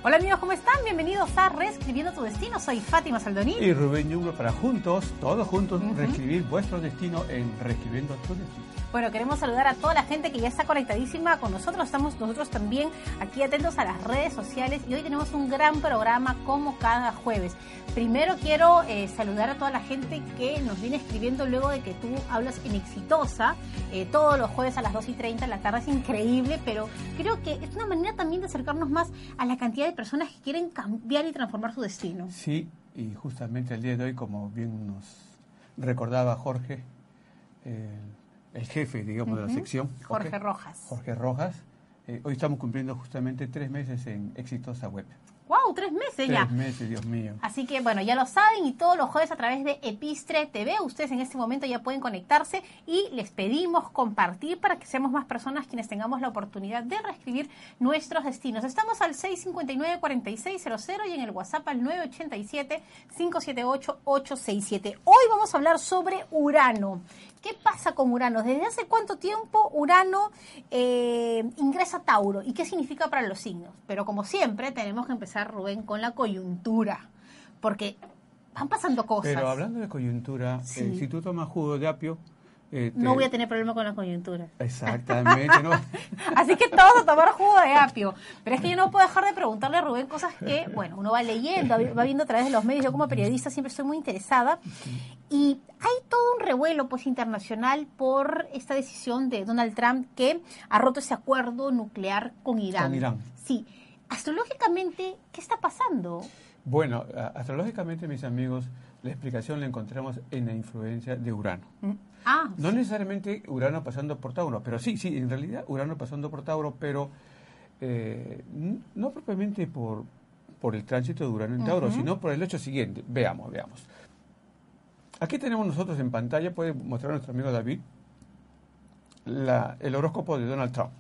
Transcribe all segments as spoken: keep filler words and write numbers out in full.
Hola amigos, ¿cómo están? Bienvenidos a Reescribiendo tu Destino. Soy Fátima Saldoní. Y Rubén Ñublo para juntos, todos juntos, uh-huh. reescribir vuestro destino en Reescribiendo tu Destino. Bueno, queremos saludar a toda la gente que ya está conectadísima con nosotros. Estamos nosotros también aquí atentos a las redes sociales y hoy tenemos un gran programa como cada jueves. Primero quiero eh, saludar a toda la gente que nos viene escribiendo luego de que tú hablas en Exitosa, eh, todos los jueves a las dos y treinta de la tarde. Es increíble, pero creo que es una manera también de acercarnos más a la cantidad de personas que quieren cambiar y transformar su destino. Sí, y justamente el día de hoy, como bien nos recordaba Jorge, eh, el jefe, digamos, uh-huh. de la sección. Jorge okay. Rojas. Jorge Rojas. Eh, hoy estamos cumpliendo justamente tres meses en Exitosa Web. ¡Wow! Tres meses tres ya. Tres meses, Dios mío. Así que, bueno, ya lo saben, y todos los jueves a través de Epistre T V, ustedes en este momento ya pueden conectarse y les pedimos compartir para que seamos más personas quienes tengamos la oportunidad de reescribir nuestros destinos. Estamos al seis cinco nueve, cuatro seis cero cero y en el WhatsApp al nueve ocho siete, cinco siete ocho, ocho seis siete. Hoy vamos a hablar sobre Urano. ¿Qué pasa con Urano? ¿Desde hace cuánto tiempo Urano eh, ingresa a Tauro? ¿Y qué significa para los signos? Pero como siempre tenemos que empezar, Rubén, con la coyuntura, porque van pasando cosas. Pero hablando de coyuntura, sí. eh, si tú tomas jugo de apio... Eh, te... No voy a tener problema con la coyuntura. Exactamente, ¿no? Así que todos a tomar jugo de apio. Pero es que yo no puedo dejar de preguntarle a Rubén cosas que, bueno, uno va leyendo, va viendo a través de los medios. Yo como periodista siempre estoy muy interesada. Y hay todo un revuelo pues internacional por esta decisión de Donald Trump que ha roto ese acuerdo nuclear con Irán. Con Irán. Sí. Astrológicamente, ¿qué está pasando? Bueno, astrológicamente, mis amigos, la explicación la encontramos en la influencia de Urano. Ah, no sí. necesariamente Urano pasando por Tauro, pero sí, sí, en realidad Urano pasando por Tauro, pero eh, no propiamente por, por el tránsito de Urano en Tauro, uh-huh. sino por el hecho siguiente. Veamos, veamos. Aquí tenemos nosotros en pantalla, puede mostrar a nuestro amigo David, la, el horóscopo de Donald Trump.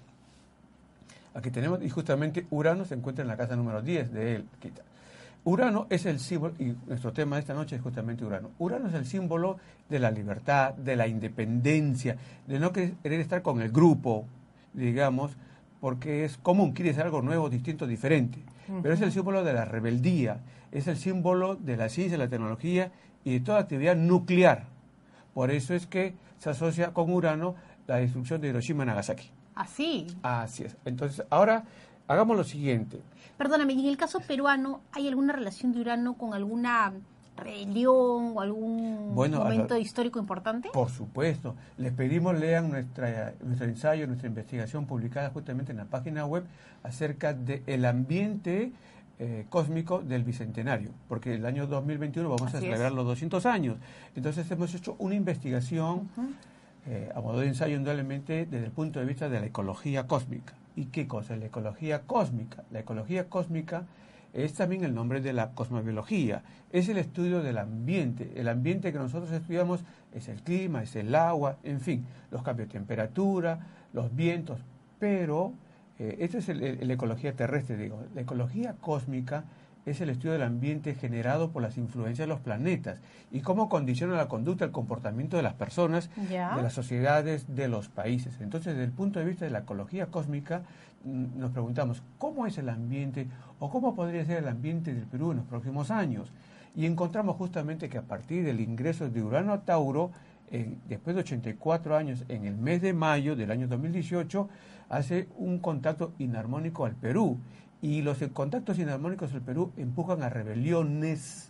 Aquí tenemos, y justamente Urano se encuentra en la casa número diez de él. Aquí está. Urano es el símbolo, y nuestro tema de esta noche es justamente Urano. Urano es el símbolo de la libertad, de la independencia, de no querer estar con el grupo, digamos, porque es común, quiere hacer algo nuevo, distinto, diferente. Uh-huh. Pero es el símbolo de la rebeldía, es el símbolo de la ciencia, la tecnología y de toda actividad nuclear. Por eso es que se asocia con Urano la destrucción de Hiroshima y Nagasaki. Así. Así es. Entonces, ahora hagamos lo siguiente. Perdóname, y en el caso peruano, ¿hay alguna relación de Urano con alguna rebelión o algún bueno, momento a, histórico importante? Por supuesto. Les pedimos lean nuestra, nuestro ensayo, nuestra investigación publicada justamente en la página web acerca del ambiente eh, cósmico del Bicentenario, porque el año dos mil veintiuno vamos Así a celebrar es. los doscientos años. Entonces hemos hecho una investigación uh-huh. eh, a modo de ensayo indudablemente desde el punto de vista de la ecología cósmica. ¿Y qué cosa es la ecología cósmica? La ecología cósmica es también el nombre de la cosmobiología, es el estudio del ambiente. El ambiente que nosotros estudiamos es el clima, es el agua, en fin, los cambios de temperatura, los vientos, pero eh, esto es el, el, la ecología terrestre, digo. La ecología cósmica es el estudio del ambiente generado por las influencias de los planetas y cómo condiciona la conducta, el comportamiento de las personas, ¿Ya? de las sociedades, de los países. Entonces, desde el punto de vista de la ecología cósmica, nos preguntamos cómo es el ambiente o cómo podría ser el ambiente del Perú en los próximos años. Y encontramos justamente que a partir del ingreso de Urano a Tauro, eh, después de ochenta y cuatro años, en el mes de mayo del año dos mil dieciocho, hace un contacto inarmónico al Perú. Y los contactos inarmónicos del Perú empujan a rebeliones,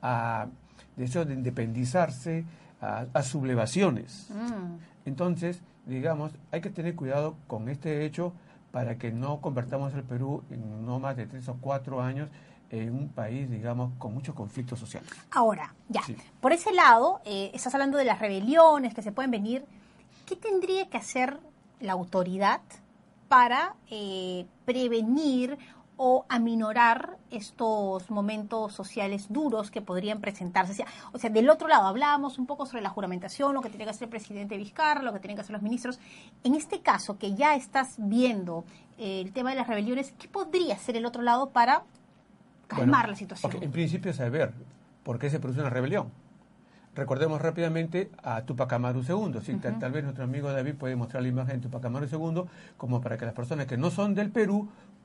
a deseos de independizarse, a, a sublevaciones. Mm. Entonces, digamos, hay que tener cuidado con este hecho para que no convertamos el Perú en no más de tres o cuatro años en un país, digamos, con muchos conflictos sociales. Ahora, ya, sí. por ese lado, eh, estás hablando de las rebeliones que se pueden venir. ¿Qué tendría que hacer la autoridad para eh, prevenir o aminorar estos momentos sociales duros que podrían presentarse? O sea, o sea, del otro lado, hablábamos un poco sobre la juramentación, lo que tiene que hacer el presidente Vizcarra, lo que tienen que hacer los ministros. En este caso, que ya estás viendo eh, el tema de las rebeliones, ¿qué podría hacer el otro lado para calmar bueno, la situación? Okay, en principio, saber por qué se produce una rebelión. Recordemos rápidamente a Tupac Amaru segundo. ¿Sí? Uh-huh. tal, tal vez nuestro amigo David puede mostrar la imagen de Tupac Amaru segundo como para que las personas que no son del Perú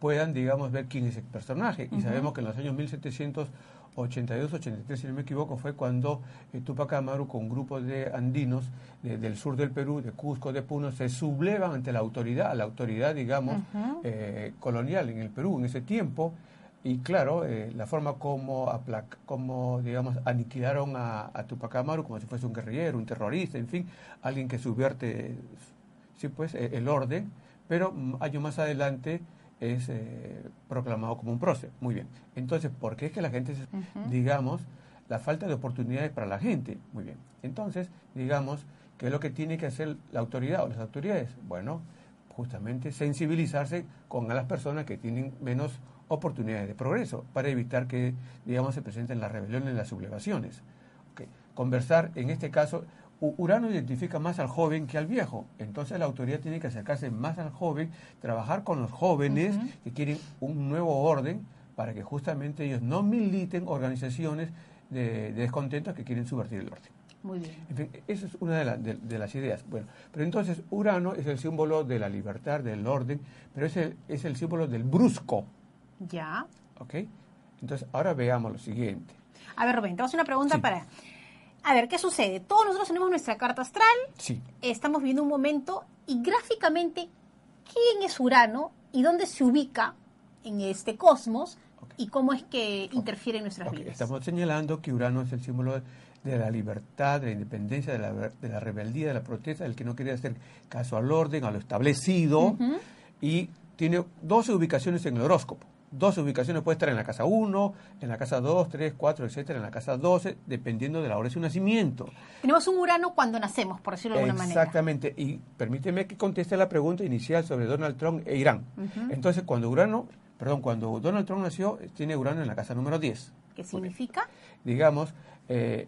puedan, digamos, ver quién es el personaje. Y uh-huh. sabemos que en los años mil setecientos ochenta y dos ochenta y tres, si no me equivoco, fue cuando eh, Tupac Amaru con un grupo de andinos de, del sur del Perú, de Cusco, de Puno, se sublevan ante la autoridad, la autoridad, digamos, uh-huh. eh, colonial en el Perú en ese tiempo. Y claro, eh, la forma como, aplac como digamos, aniquilaron a, a Tupac Amaru como si fuese un guerrillero, un terrorista, en fin, alguien que subvierte sí, pues, el orden, pero años más adelante es eh, proclamado como un prócer. Muy bien. Entonces, ¿por qué es que la gente, uh-huh. digamos, la falta de oportunidades para la gente? Muy bien. Entonces, digamos, ¿qué es lo que tiene que hacer la autoridad o las autoridades? Bueno, justamente sensibilizarse con a las personas que tienen menos oportunidades de progreso para evitar que, digamos, se presenten las rebeliones y las sublevaciones. Okay. Conversar, en este caso, Urano identifica más al joven que al viejo, entonces la autoridad tiene que acercarse más al joven, trabajar con los jóvenes uh-huh. que quieren un nuevo orden para que justamente ellos no militen organizaciones de, de descontentos que quieren subvertir el orden. Muy bien. En fin, esa es una de, la, de, de las ideas. Bueno, pero entonces Urano es el símbolo de la libertad, del orden, pero es el, es el símbolo del brusco. Ya. ¿Ok? Entonces, ahora veamos lo siguiente. A ver, Rubén, te hago una pregunta sí. para... A ver, ¿qué sucede? Todos nosotros tenemos nuestra carta astral. Sí. Estamos viviendo un momento y gráficamente, ¿quién es Urano y dónde se ubica en este cosmos okay. y cómo es que interfiere en nuestras okay. vidas? Estamos señalando que Urano es el símbolo de la libertad, de la independencia, de la, de la rebeldía, de la protesta, del que no quiere hacer caso al orden, a lo establecido, uh-huh. y tiene doce ubicaciones en el horóscopo. doce ubicaciones, puede estar en la casa uno, en la casa dos, tres, cuatro, etcétera, en la casa doce, dependiendo de la hora de su nacimiento. Tenemos un Urano cuando nacemos, por decirlo de alguna manera. Exactamente, y permíteme que conteste la pregunta inicial sobre Donald Trump e Irán. Uh-huh. Entonces, cuando Urano, perdón, cuando Donald Trump nació, tiene Urano en la casa número diez. ¿Qué significa? Digamos, eh,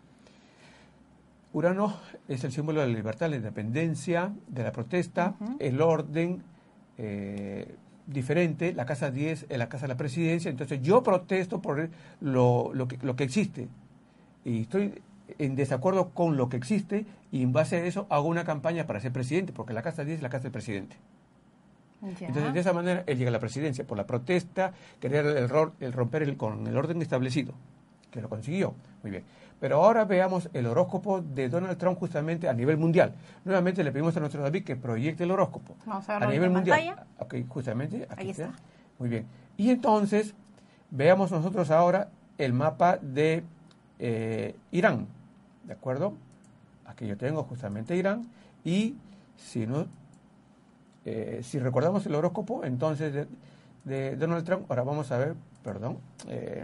Urano es el símbolo de la libertad, la independencia, de la protesta, uh-huh. el orden, eh, diferente, la casa diez es la casa de la presidencia, entonces yo protesto por lo, lo, que, lo que existe y estoy en desacuerdo con lo que existe y en base a eso hago una campaña para ser presidente, porque la casa diez es la casa del presidente. Ya. Entonces de esa manera él llega a la presidencia por la protesta, querer el, el, el romper el, con el orden establecido, que lo consiguió, muy bien. Pero ahora veamos el horóscopo de Donald Trump justamente a nivel mundial. Nuevamente le pedimos a nuestro David que proyecte el horóscopo. Vamos a verlo a nivel en mundial. Pantalla. Ok, justamente. Aquí Ahí está. está. Muy bien. Y entonces, veamos nosotros ahora el mapa de eh, Irán. ¿De acuerdo? Aquí yo tengo justamente Irán. Y si no, eh, si recordamos el horóscopo, entonces de, de Donald Trump, ahora vamos a ver, perdón. Eh,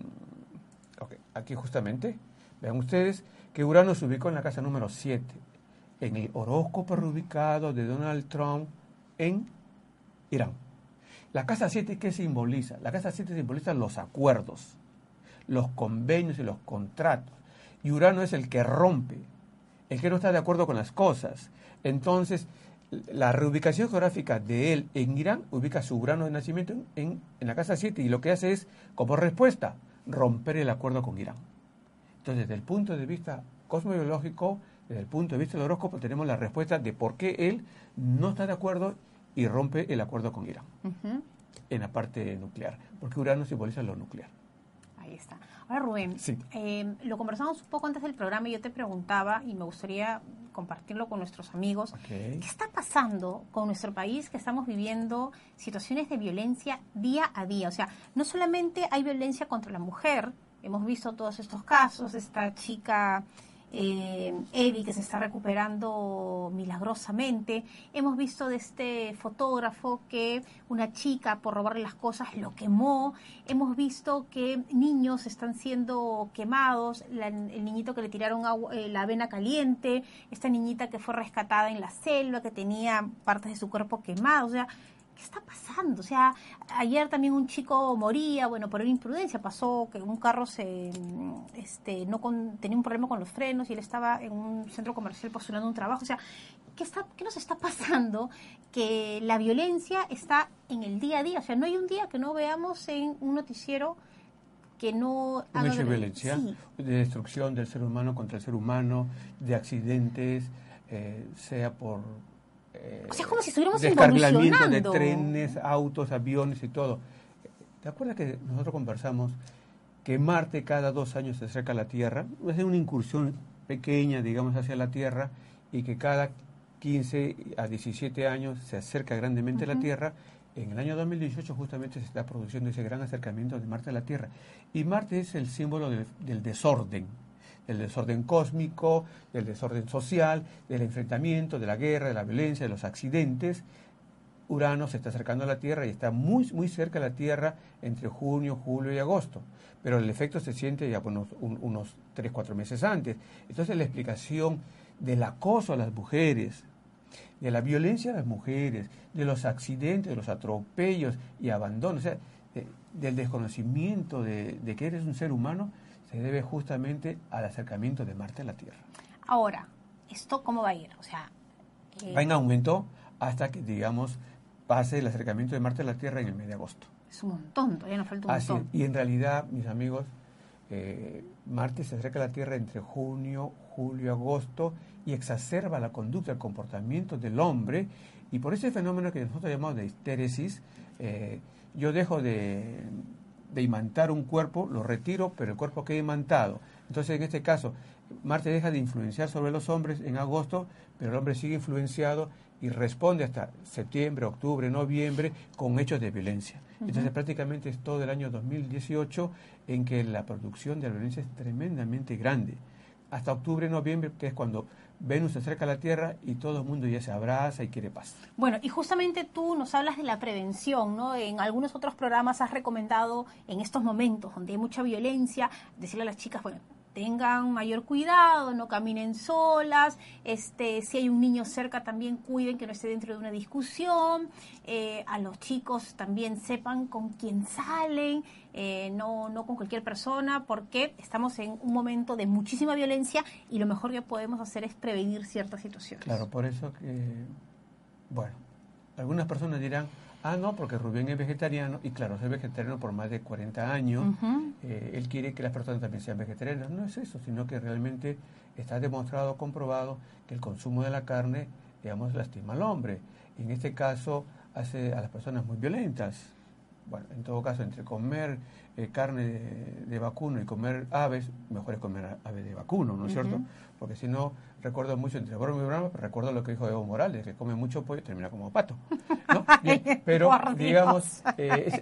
ok, aquí justamente. Vean ustedes que Urano se ubicó en la casa número siete, en el horóscopo reubicado de Donald Trump en Irán. La casa siete, ¿qué simboliza? La casa siete simboliza los acuerdos, los convenios y los contratos. Y Urano es el que rompe, el que no está de acuerdo con las cosas. Entonces, la reubicación geográfica de él en Irán ubica su Urano de nacimiento en, en, en la casa siete y lo que hace es, como respuesta, romper el acuerdo con Irán. Entonces, desde el punto de vista cosmobiológico, desde el punto de vista del horóscopo, tenemos la respuesta de por qué él no está de acuerdo y rompe el acuerdo con Irán uh-huh. en la parte nuclear, porque Urano simboliza lo nuclear. Ahí está. Ahora, Rubén, sí. eh, lo conversamos un poco antes del programa y yo te preguntaba, y me gustaría compartirlo con nuestros amigos, okay. ¿qué está pasando con nuestro país, que estamos viviendo situaciones de violencia día a día? O sea, no solamente hay violencia contra la mujer. Hemos visto todos estos casos, esta chica eh, Eddie que se está recuperando milagrosamente. Hemos visto de este fotógrafo que una chica por robarle las cosas lo quemó. Hemos visto que niños están siendo quemados, la, el niñito que le tiraron agua, eh, la avena caliente, esta niñita que fue rescatada en la selva, que tenía partes de su cuerpo quemadas, o sea... ¿Qué está pasando? O sea, ayer también un chico moría, bueno, por una imprudencia, pasó que un carro se, este, no con, tenía un problema con los frenos y él estaba en un centro comercial postulando un trabajo. O sea, ¿qué, está, ¿qué nos está pasando? Que la violencia está en el día a día. O sea, no hay un día que no veamos en un noticiero que no... Un hecho de violencia, sí. de destrucción del ser humano contra el ser humano, de accidentes, eh, sea por... eh, o sea, es como si estuviéramos descarrilamiento involucionando. de trenes, autos, aviones y todo. ¿Te acuerdas que nosotros conversamos que Marte cada dos años se acerca a la Tierra? Es una incursión pequeña, digamos, hacia la Tierra, y que cada quince a diecisiete años se acerca grandemente uh-huh. a la Tierra. En el año dos mil dieciocho justamente se está produciendo ese gran acercamiento de Marte a la Tierra. Y Marte es el símbolo del, del desorden, del desorden cósmico, del desorden social, del enfrentamiento, de la guerra, de la violencia, de los accidentes. Urano se está acercando a la Tierra y está muy, muy cerca de la Tierra entre junio, julio y agosto. Pero el efecto se siente ya unos, unos tres, cuatro meses antes. Entonces la explicación del acoso a las mujeres, de la violencia a las mujeres, de los accidentes, de los atropellos y abandonos, o sea, de, del desconocimiento de, de que eres un ser humano, se debe justamente al acercamiento de Marte a la Tierra. Ahora, ¿esto cómo va a ir? O sea, eh... va en aumento hasta que, digamos, pase el acercamiento de Marte a la Tierra en el mes de agosto. Es un montón, todavía nos falta un Así, montón. Y en realidad, mis amigos, eh, Marte se acerca a la Tierra entre junio, julio, agosto y exacerba la conducta, el comportamiento del hombre, y por ese fenómeno que nosotros llamamos de histéresis, eh, yo dejo de, de imantar un cuerpo, lo retiro, pero el cuerpo queda imantado. Entonces, en este caso, Marte deja de influenciar sobre los hombres en agosto, pero el hombre sigue influenciado y responde hasta septiembre, octubre, noviembre con hechos de violencia. Uh-huh. Entonces prácticamente es todo el año dos mil dieciocho en que la producción de la violencia es tremendamente grande. Hasta octubre, noviembre, que es cuando Venus se acerca a la Tierra y todo el mundo ya se abraza y quiere paz. Bueno, y justamente tú nos hablas de la prevención, ¿no? En algunos otros programas has recomendado en estos momentos donde hay mucha violencia, decirle a las chicas, bueno, tengan mayor cuidado, no caminen solas, este, si hay un niño cerca también cuiden que no esté dentro de una discusión, eh, a los chicos también sepan con quién salen, eh, no, no con cualquier persona, porque estamos en un momento de muchísima violencia y lo mejor que podemos hacer es prevenir ciertas situaciones. Claro, por eso que, bueno, algunas personas dirán, ah, no, porque Rubén es vegetariano, y claro, soy vegetariano por más de cuarenta años, uh-huh. eh, él quiere que las personas también sean vegetarianas. No es eso, sino que realmente está demostrado, comprobado, que el consumo de la carne, digamos, lastima al hombre. Y en este caso, hace a las personas muy violentas. Bueno, en todo caso, entre comer eh, carne de, de vacuno y comer aves, mejor es comer aves de vacuno, ¿no es uh-huh. cierto? Porque si no, recuerdo mucho, entre broma y broma, pero recuerdo lo que dijo Evo Morales, que come mucho pollo y termina como pato, ¿no? Bien, pero, digamos, eh,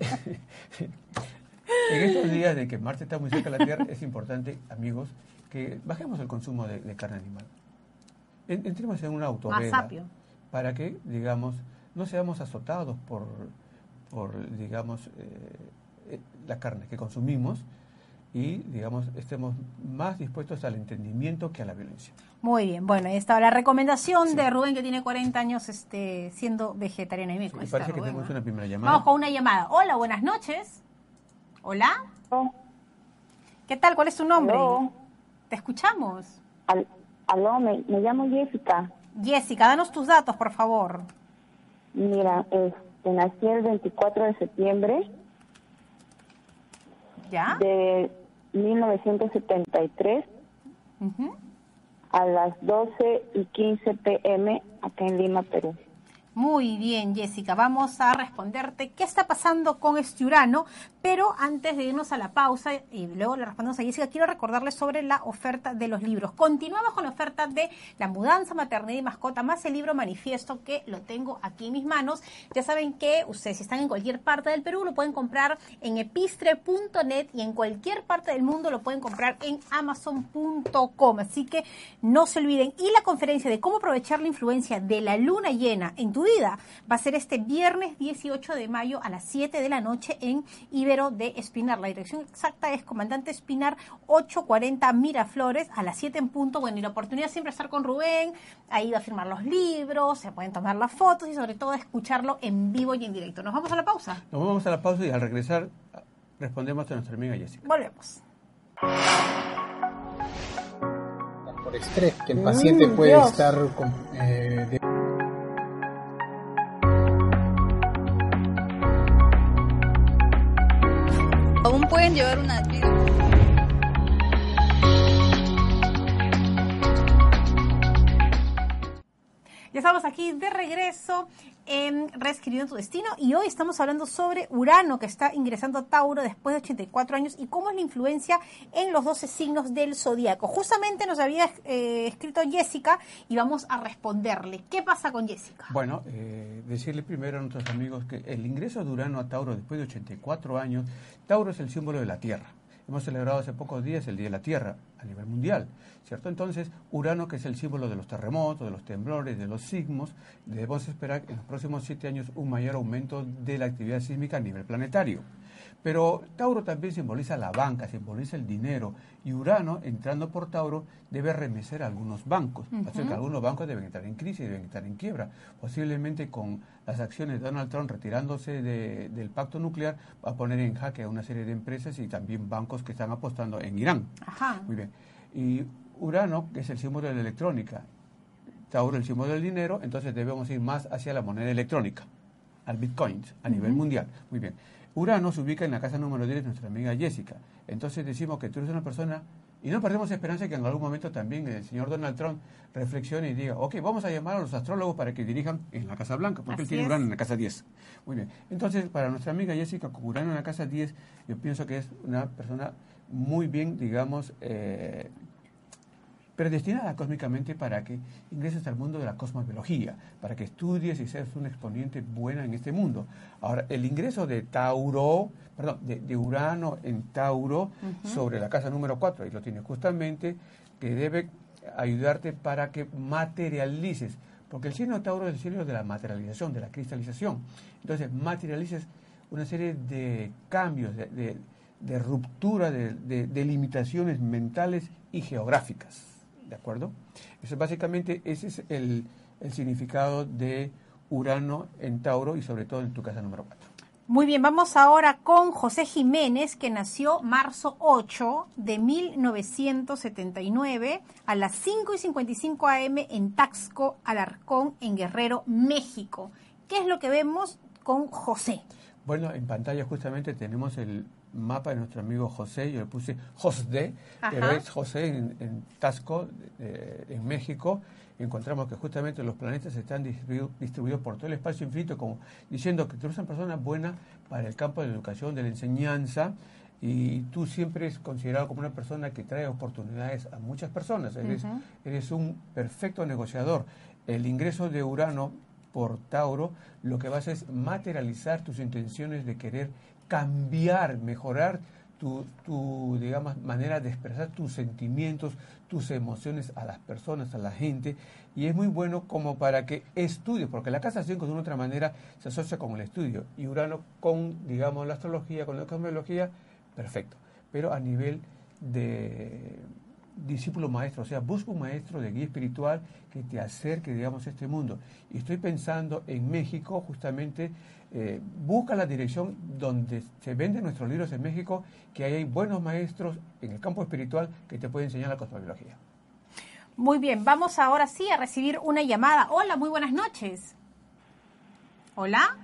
en estos días de que Marte está muy cerca de la Tierra, es importante, amigos, que bajemos el consumo de, de carne animal. En, entremos en una autoveda para que, digamos, no seamos azotados por... por, digamos, eh, la carne que consumimos y, digamos, estemos más dispuestos al entendimiento que a la violencia. Muy bien, bueno, ahí está la recomendación sí. de Rubén, que tiene cuarenta años este, siendo vegetariana. Y me sí, parece que Rubén, tenemos ¿no? una primera llamada. Vamos con una llamada. Hola, buenas noches. Hola. Oh. ¿Qué tal? ¿Cuál es tu nombre? Aló. Te escuchamos. Al, aló, me, me llamo Jessica. Jessica, danos tus datos, por favor. Mira, este, nací el veinticuatro de septiembre ¿Ya? de mil novecientos setenta y tres Uh-huh. a las doce y quince pm acá en Lima, Perú. Muy bien, Jessica, vamos a responderte qué está pasando con este Urano, pero antes de irnos a la pausa y luego le respondemos a Jessica, quiero recordarles sobre la oferta de los libros. Continuamos con la oferta de La mudanza, maternidad y mascota, más el libro manifiesto, que lo tengo aquí en mis manos. Ya saben que ustedes, si están en cualquier parte del Perú, lo pueden comprar en epistre punto net y en cualquier parte del mundo lo pueden comprar en amazon punto com. Así que no se olviden. Y la conferencia de cómo aprovechar la influencia de la luna llena en tu vida va a ser este viernes dieciocho de mayo a las siete de la noche en Ibero de Espinar. La dirección exacta es Comandante Espinar ochocientos cuarenta Miraflores a las siete en punto. Bueno, y la oportunidad siempre estar con Rubén, ahí va a firmar los libros, se pueden tomar las fotos y sobre todo escucharlo en vivo y en directo. ¿Nos vamos a la pausa? Nos vamos a la pausa y al regresar respondemos a nuestra amiga Jessica. Volvemos. Por estrés, que el paciente mm, puede Dios. estar con, eh, de Aún pueden llevar una vida. Ya estamos aquí de regreso en Reescribiendo tu Destino y hoy estamos hablando sobre Urano, que está ingresando a Tauro después de ochenta y cuatro años, y cómo es la influencia en los doce signos del zodíaco. Justamente nos había eh, escrito Jessica y vamos a responderle. ¿Qué pasa con Jessica? Bueno, eh, decirle primero a nuestros amigos que el ingreso de Urano a Tauro después de ochenta y cuatro años, Tauro es el símbolo de la Tierra. Hemos celebrado hace pocos días el Día de la Tierra a nivel mundial, ¿cierto? Entonces, Urano, que es el símbolo de los terremotos, de los temblores, de los sismos, debemos esperar en los próximos siete años un mayor aumento de la actividad sísmica a nivel planetario. Pero Tauro también simboliza la banca, simboliza el dinero, y Urano, entrando por Tauro, debe remecer a algunos bancos. Uh-huh. Así que algunos bancos deben estar en crisis, deben estar en quiebra. Posiblemente con las acciones de Donald Trump retirándose de, del pacto nuclear, va a poner en jaque a una serie de empresas y también bancos que están apostando en Irán. Ajá. Muy bien. Y Urano, que es el símbolo de la electrónica, Tauro el símbolo del dinero, entonces debemos ir más hacia la moneda electrónica, al Bitcoin, a uh-huh. nivel mundial. Muy bien. Urano se ubica en la casa número diez de nuestra amiga Jessica. Entonces decimos que tú eres una persona, y no perdemos esperanza que en algún momento también el señor Donald Trump reflexione y diga, ok, vamos a llamar a los astrólogos para que dirijan en la Casa Blanca, porque Así él tiene es. Urano en la casa diez. Muy bien. Entonces, para nuestra amiga Jessica, con Urano en la casa diez, yo pienso que es una persona muy bien, digamos, eh, predestinada cósmicamente para que ingreses al mundo de la cosmobiología, para que estudies y seas un exponente buena en este mundo. Ahora, el ingreso de Tauro, perdón, de, de Urano en Tauro uh-huh. sobre la casa número cuatro, ahí lo tienes justamente, que debe ayudarte para que materialices, porque el signo de Tauro es el signo de la materialización, de la cristalización. Entonces, materialices una serie de cambios, de, de, de ruptura, de, de, de limitaciones mentales y geográficas. ¿De acuerdo? Eso básicamente ese es el, el significado de Urano en Tauro y sobre todo en tu casa número cuatro. Muy bien, vamos ahora con José Jiménez, que nació marzo ocho de mil novecientos setenta y nueve a las cinco y cincuenta y cinco a eme en Taxco, Alarcón, en Guerrero, México. ¿Qué es lo que vemos con José? Bueno, en pantalla justamente tenemos el mapa de nuestro amigo José, yo le puse José, pero es José en, en Taxco, eh, en México. Encontramos que justamente los planetas están distribuidos, distribuidos por todo el espacio infinito, como diciendo que tú eres una persona buena para el campo de la educación, de la enseñanza, y tú siempre eres considerado como una persona que trae oportunidades a muchas personas. Eres, uh-huh. eres un perfecto negociador. El ingreso de Urano por Tauro lo que va a hacer es materializar tus intenciones de querer cambiar, mejorar tu, tu, digamos, manera de expresar tus sentimientos, tus emociones a las personas, a la gente, y es muy bueno como para que estudies, porque la casa cinco de una otra manera se asocia con el estudio, y Urano con, digamos, la astrología, con la cosmología, perfecto, pero a nivel de discípulo maestro, o sea, busca un maestro de guía espiritual que te acerque, digamos, a este mundo. Y estoy pensando en México, justamente, eh, busca la dirección donde se venden nuestros libros en México, que hay buenos maestros en el campo espiritual que te pueden enseñar la cosmobiología. Muy bien, vamos ahora sí a recibir una llamada. Hola, muy buenas noches. Hola.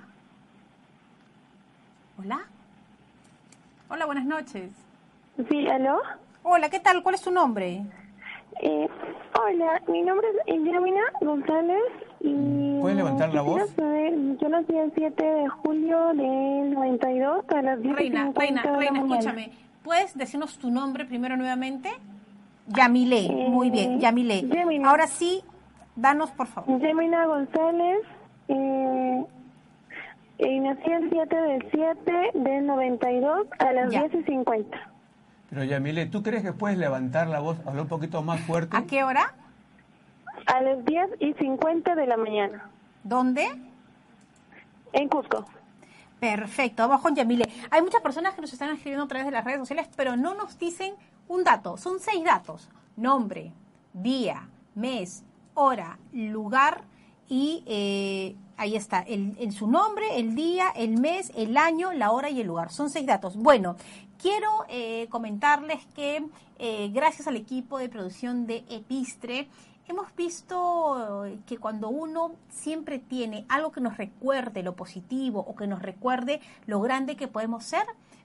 Hola. Hola, buenas noches. Sí, ¿aló? Hola, ¿qué tal? ¿Cuál es tu nombre? Eh, hola, mi nombre es Yamina González y... ¿Puedes levantar la voz? Saber, yo nací el siete de julio del noventa y dos a las diez y Reina, Reina, Reina, escúchame. ¿Puedes decirnos tu nombre primero nuevamente? Yamile, eh, muy bien, Yamile. Yamina. Ahora sí, danos por favor. Yamina González, eh, y nací el siete del siete del noventa y dos a las ya. diez y cincuenta. Pero Yamile, ¿tú crees que puedes levantar la voz, hablar un poquito más fuerte? ¿A qué hora? A las diez y cincuenta de la mañana. ¿Dónde? En Cusco. Perfecto, vamos con Yamile. Hay muchas personas que nos están escribiendo a través de las redes sociales, pero no nos dicen un dato. Son seis datos. Nombre, día, mes, hora, lugar y eh, ahí está, el, el, su nombre, el día, el mes, el año, la hora y el lugar. Son seis datos. Bueno, quiero eh, comentarles que eh, gracias al equipo de producción de Epistre, hemos visto que cuando uno siempre tiene algo que nos recuerde lo positivo o que nos recuerde lo grande que podemos ser,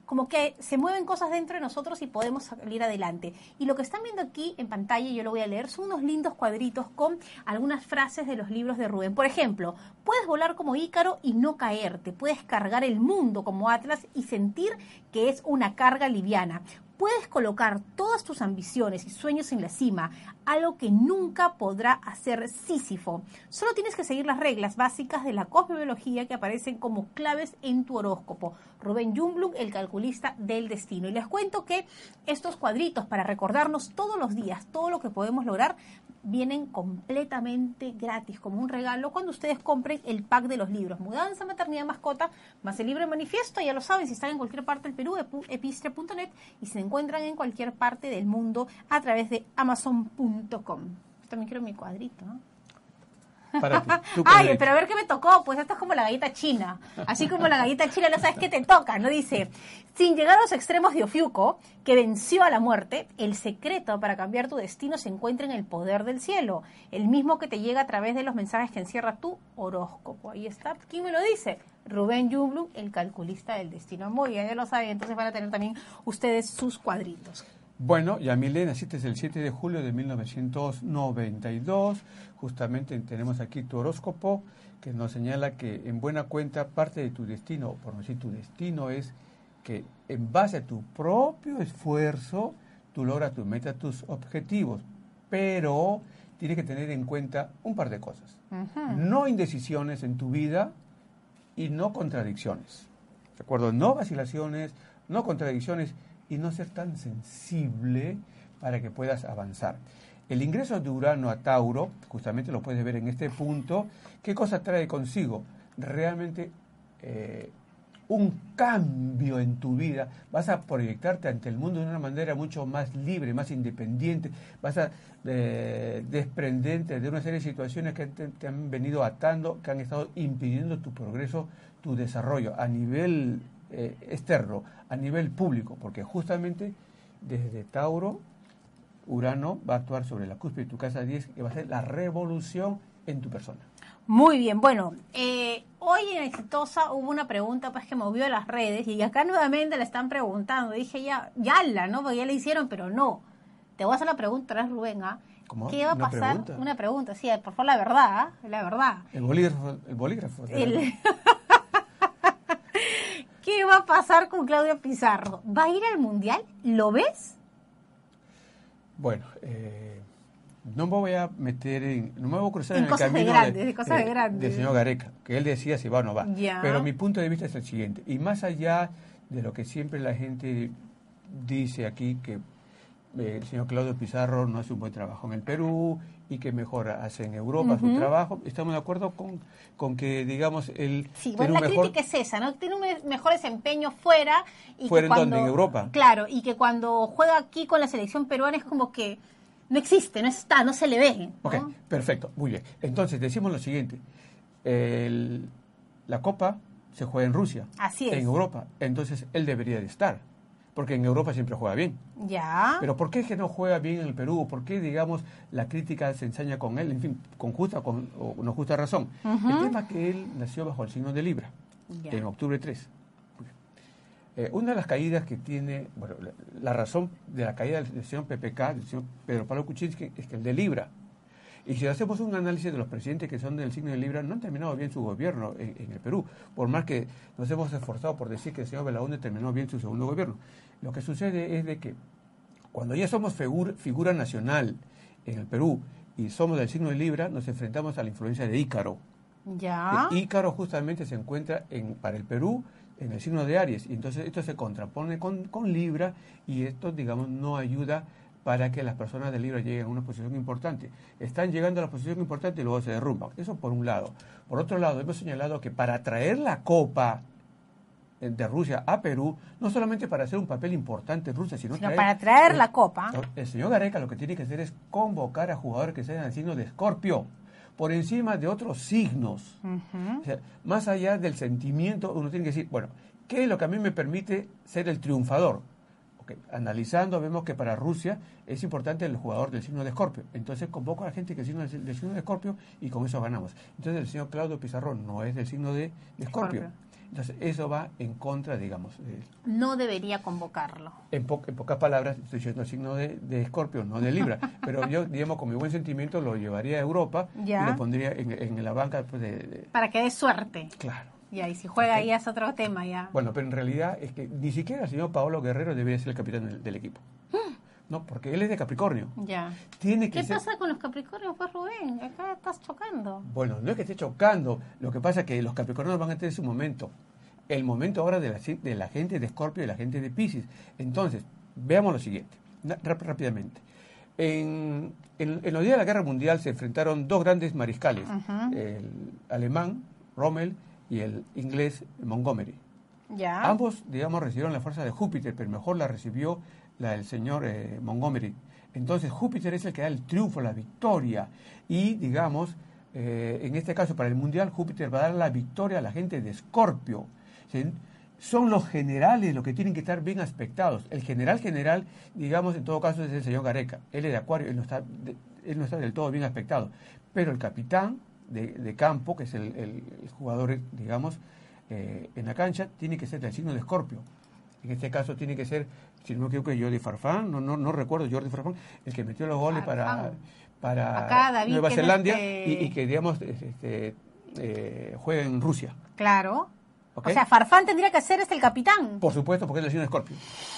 como que se mueven cosas dentro de nosotros y podemos salir adelante. Y lo que están viendo aquí en pantalla, yo lo voy a leer, son unos lindos cuadritos con algunas frases de los libros de Rubén. Por ejemplo, puedes volar como Ícaro y no caerte, puedes cargar el mundo como Atlas y sentir que es una carga liviana. Puedes colocar todas tus ambiciones y sueños en la cima, algo que nunca podrá hacer Sísifo. Solo tienes que seguir las reglas básicas de la cosmobiología que aparecen como claves en tu horóscopo. Rubén Jungblut, el calculista del destino. Y les cuento que estos cuadritos, para recordarnos todos los días todo lo que podemos lograr, vienen completamente gratis, como un regalo, cuando ustedes compren el pack de los libros Mudanza, Maternidad, Mascota, más el libro de manifiesto. Ya lo saben, si están en cualquier parte del Perú, epistre punto net, y se encuentran en cualquier parte del mundo a través de amazon punto com. También quiero mi cuadrito, ¿no? Para ti, tú Ay, pero a ver qué me tocó. Pues esto es como la galleta china. Así como la galleta china, no sabes qué te toca, ¿no? Dice, sin llegar a los extremos de Ofiuco, que venció a la muerte, el secreto para cambiar tu destino se encuentra en el poder del cielo, el mismo que te llega a través de los mensajes que encierra tu horóscopo. Ahí está. ¿Quién me lo dice? Rubén Jungblut, el calculista del destino. Muy bien, ya lo saben. Entonces van a tener también ustedes sus cuadritos. Bueno, Yamile, naciste el siete de julio de mil novecientos noventa y dos. Justamente tenemos aquí tu horóscopo que nos señala que en buena cuenta parte de tu destino, por no decir tu destino, es que en base a tu propio esfuerzo tú logras tus metas, tus objetivos. Pero tienes que tener en cuenta un par de cosas. Uh-huh. No indecisiones en tu vida y no contradicciones. ¿De acuerdo? No vacilaciones, no contradicciones, y no ser tan sensible para que puedas avanzar. El ingreso de Urano a Tauro, justamente lo puedes ver en este punto, ¿qué cosa trae consigo? Realmente eh, un cambio en tu vida. Vas a proyectarte ante el mundo de una manera mucho más libre, más independiente. Vas a eh, desprenderte de una serie de situaciones que te, te han venido atando, que han estado impidiendo tu progreso, tu desarrollo a nivel Eh, externo, a nivel público, porque justamente desde Tauro, Urano va a actuar sobre la cúspide de tu casa diez y va a ser la revolución en tu persona. Muy bien, bueno, eh, hoy en Exitosa hubo una pregunta pues que movió las redes y acá nuevamente le están preguntando. Dije ya, ya la, ¿no? Porque ya le hicieron, pero no. Te voy a hacer la pregunta, ¿verdad, Rubén? ¿Ah? ¿Cómo? ¿Qué va a ¿Una pasar? pregunta? Una pregunta, sí, por favor, la verdad, ¿eh? La verdad. El bolígrafo. El bolígrafo. El... ¿Qué va a pasar con Claudio Pizarro? ¿Va a ir al Mundial? ¿Lo ves? Bueno, eh, no me voy a meter en... No me voy a cruzar en, en el cosas camino de grandes, de, de cosas de, de grandes. del señor Gareca, que él decía si va o no va. Ya. Pero mi punto de vista es el siguiente. Y más allá de lo que siempre la gente dice aquí, que eh, el señor Claudio Pizarro no hace un buen trabajo en el Perú y que mejor hace en Europa uh-huh. su trabajo. Estamos de acuerdo con, con que, digamos, el... Sí, bueno, la mejor... crítica es esa, ¿no? Tiene un mejor desempeño fuera. Y ¿Fuera que en cuando, dónde? ¿En Europa? Claro, y que cuando juega aquí con la selección peruana es como que no existe, no está, no se le ve, ¿no? Ok, perfecto, muy bien. Entonces, decimos lo siguiente. El, la Copa se juega en Rusia. Así es. En Europa. Entonces, él debería de estar. Porque en Europa siempre juega bien. Ya. Pero ¿por qué es que no juega bien en el Perú? ¿Por qué, digamos, la crítica se ensaña con él? En fin, con justa con, o no justa razón. Uh-huh. El tema es que él nació bajo el signo de Libra, ya. En octubre tres. Eh, una de las caídas que tiene, bueno, la, la razón de la caída del señor P P K, del señor Pedro Pablo Kuczynski, es que el de Libra. Y si hacemos un análisis de los presidentes que son del signo de Libra, no han terminado bien su gobierno en, en el Perú, por más que nos hemos esforzado por decir que el señor Belaúnde terminó bien su segundo gobierno. Lo que sucede es de que cuando ya somos figur, figura nacional en el Perú y somos del signo de Libra, nos enfrentamos a la influencia de Ícaro. Ya. Ícaro justamente se encuentra en, para el Perú en el signo de Aries, y entonces esto se contrapone con, con Libra, y esto, digamos, no ayuda para que las personas de Libra lleguen a una posición importante. Están llegando a la posición importante y luego se derrumban. Eso por un lado. Por otro lado, hemos señalado que para traer la Copa de Rusia a Perú, no solamente para hacer un papel importante en Rusia, sino, sino traer, para traer eh, la Copa. El señor Gareca lo que tiene que hacer es convocar a jugadores que sean del signo de Escorpio, por encima de otros signos. Uh-huh. O sea, más allá del sentimiento, uno tiene que decir, bueno, ¿qué es lo que a mí me permite ser el triunfador? Okay. Analizando, vemos que para Rusia es importante el jugador del signo de Escorpio. Entonces convoco a la gente que es del, del signo de Escorpio y con eso ganamos. Entonces el señor Claudio Pizarro no es del signo de, de Escorpio. Entonces, eso va en contra, digamos. De, no debería convocarlo. En, po en pocas palabras, estoy diciendo el signo de, de Escorpio, no de Libra. Pero yo, digamos, con mi buen sentimiento, lo llevaría a Europa ya. y lo pondría en, en la banca. Pues, de, de... Para que dé suerte. Claro. Ya, y si juega okay. ahí es otro tema ya. Bueno, pero en realidad es que ni siquiera el señor Paolo Guerrero debería ser el capitán del, del equipo. No, porque él es de Capricornio. Ya. Tiene que ¿Qué ser... pasa con los Capricornios, pues, Rubén? Acá estás chocando. Bueno, no es que esté chocando. Lo que pasa es que los Capricornios van a tener su momento. El momento ahora de la, de la gente de Escorpio y de la gente de Piscis. Entonces, veamos lo siguiente, ráp rápidamente. En, en, en los días de la Guerra Mundial se enfrentaron dos grandes mariscales, uh-huh. el alemán, Rommel, y el inglés, Montgomery. Ya. Ambos, digamos, recibieron la fuerza de Júpiter, pero mejor la recibió la del señor eh, Montgomery. Entonces, Júpiter es el que da el triunfo, la victoria. Y, digamos, eh, en este caso, para el Mundial, Júpiter va a dar la victoria a la gente de Escorpio. ¿Sí? Son los generales los que tienen que estar bien aspectados. El general general, digamos, en todo caso, es el señor Gareca. Él es de Acuario, él no está, de, él no está del todo bien aspectado. Pero el capitán de, de campo, que es el, el, el jugador, digamos, eh, en la cancha, tiene que ser del signo de Escorpio. En este caso tiene que ser, si no me equivoco, Jordi Farfán, no, no, no recuerdo, Jordi Farfán, el que metió los goles para, para Acá, David, Nueva Zelanda este... y, y que, digamos, este, eh, juega en Rusia. Claro. ¿Okay? O sea, Farfán tendría que ser este el capitán. Por supuesto, porque es el signo de Escorpio.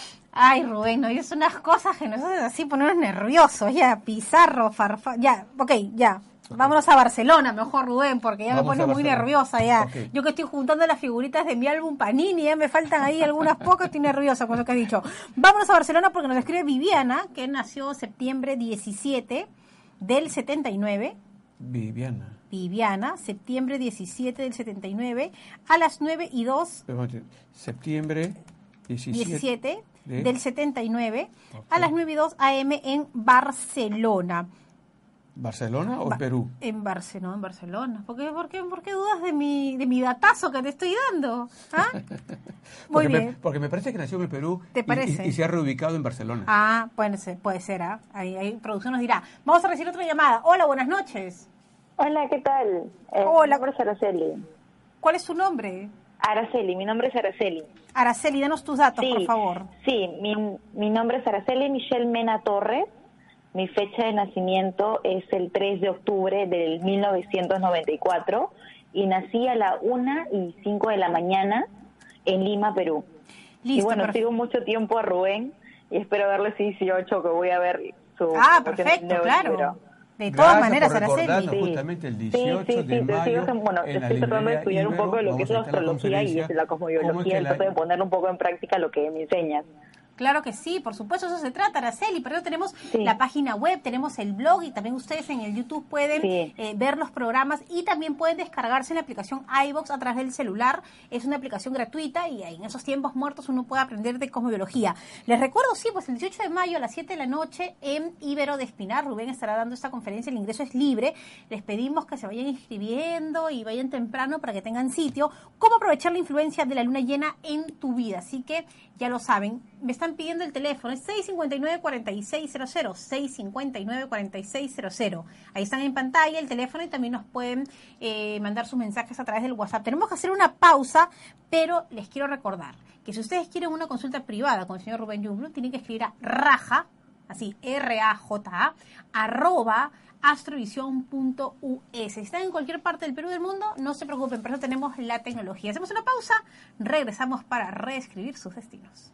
Ay, Rubén, no dices unas cosas que nos hacen así ponernos nerviosos. Ya, Pizarro, Farfán, ya, ok, ya. Okay. Vámonos a Barcelona, mejor, Rubén, porque ya Vamos me pone muy nerviosa ya. Okay. Yo que estoy juntando las figuritas de mi álbum Panini, ya me faltan ahí algunas pocas, estoy nerviosa con lo que has dicho. Vámonos a Barcelona porque nos escribe Viviana, que nació septiembre diecisiete del setenta y nueve. Viviana. Viviana, septiembre diecisiete del setenta y nueve, a las nueve y dos. Septiembre diecisiete de... del setenta y nueve, okay. a las nueve y dos a eme en Barcelona. ¿Barcelona o ba Perú? En Barcelona, en Barcelona. ¿Por qué, por qué, por qué dudas de mi, de mi datazo que te estoy dando? ¿Ah? Muy porque bien. Me, porque me parece que nació en el Perú. ¿Te parece? Y, y, y se ha reubicado en Barcelona. Ah, puede ser, puede ser. ¿ah? Ahí, ahí producción nos dirá. Vamos a recibir otra llamada. Hola, buenas noches. Hola, ¿qué tal? Eh, Hola. Mi nombre es Araceli. ¿Cuál es su nombre? Araceli, mi nombre es Araceli. Araceli, danos tus datos, sí, por favor. Sí, mi, mi nombre es Araceli Michelle Mena Torres. Mi fecha de nacimiento es el tres de octubre del mil novecientos noventa y cuatro y nací a la una y cinco de la mañana en Lima, Perú. Listo, y bueno, perfecto. sigo mucho tiempo a Rubén y espero verle dieciocho, que voy a ver su... Ah, perfecto, claro. Libro. De todas Gracias maneras, por Araceli. Sí. Justamente el dieciocho sí, sí, sí, de mayo, sí, bueno, en estoy tratando de estudiar un poco de lo que es la astrología y la cosmobiología, es trato la... de poner un poco en práctica lo que me enseñas. Claro que sí, por supuesto, eso se trata, Araceli. Pero tenemos sí. la página web, tenemos el blog y también ustedes en el YouTube pueden sí. eh, ver los programas y también pueden descargarse la aplicación iVox a través del celular. Es una aplicación gratuita y en esos tiempos muertos uno puede aprender de cosmobiología. Les recuerdo, sí, pues el dieciocho de mayo a las siete de la noche en Ibero de Espinar, Rubén estará dando esta conferencia, el ingreso es libre. Les pedimos que se vayan inscribiendo y vayan temprano para que tengan sitio. ¿Cómo aprovechar la influencia de la luna llena en tu vida? Así que ya lo saben. Me están pidiendo el teléfono, es seis cinco nueve, cuatro seis cero cero, seis cinco nueve, cuatro seis cero cero. Ahí están en pantalla el teléfono y también nos pueden eh, mandar sus mensajes a través del WhatsApp. Tenemos que hacer una pausa, pero les quiero recordar que si ustedes quieren una consulta privada con el señor Rubén Jungblut, tienen que escribir a raja, así, R A J A, arroba, astrovisión punto u es. Si están en cualquier parte del Perú del mundo, no se preocupen, por eso tenemos la tecnología. Hacemos una pausa, regresamos para reescribir sus destinos.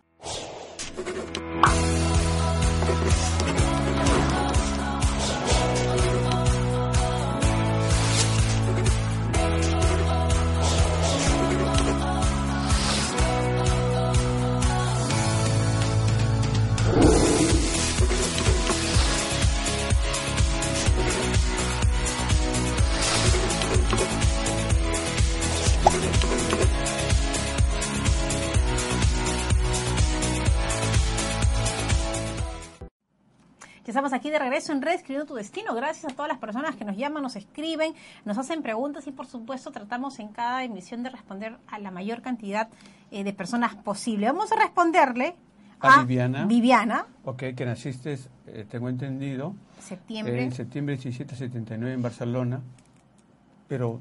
Ya estamos aquí de regreso en Reescribiendo tu Destino. Gracias a todas las personas que nos llaman, nos escriben, nos hacen preguntas y por supuesto tratamos en cada emisión de responder a la mayor cantidad eh, de personas posible. Vamos a responderle a, a Viviana. Viviana. Ok, que naciste, eh, tengo entendido, septiembre. en septiembre diecisiete setenta y nueve en Barcelona, pero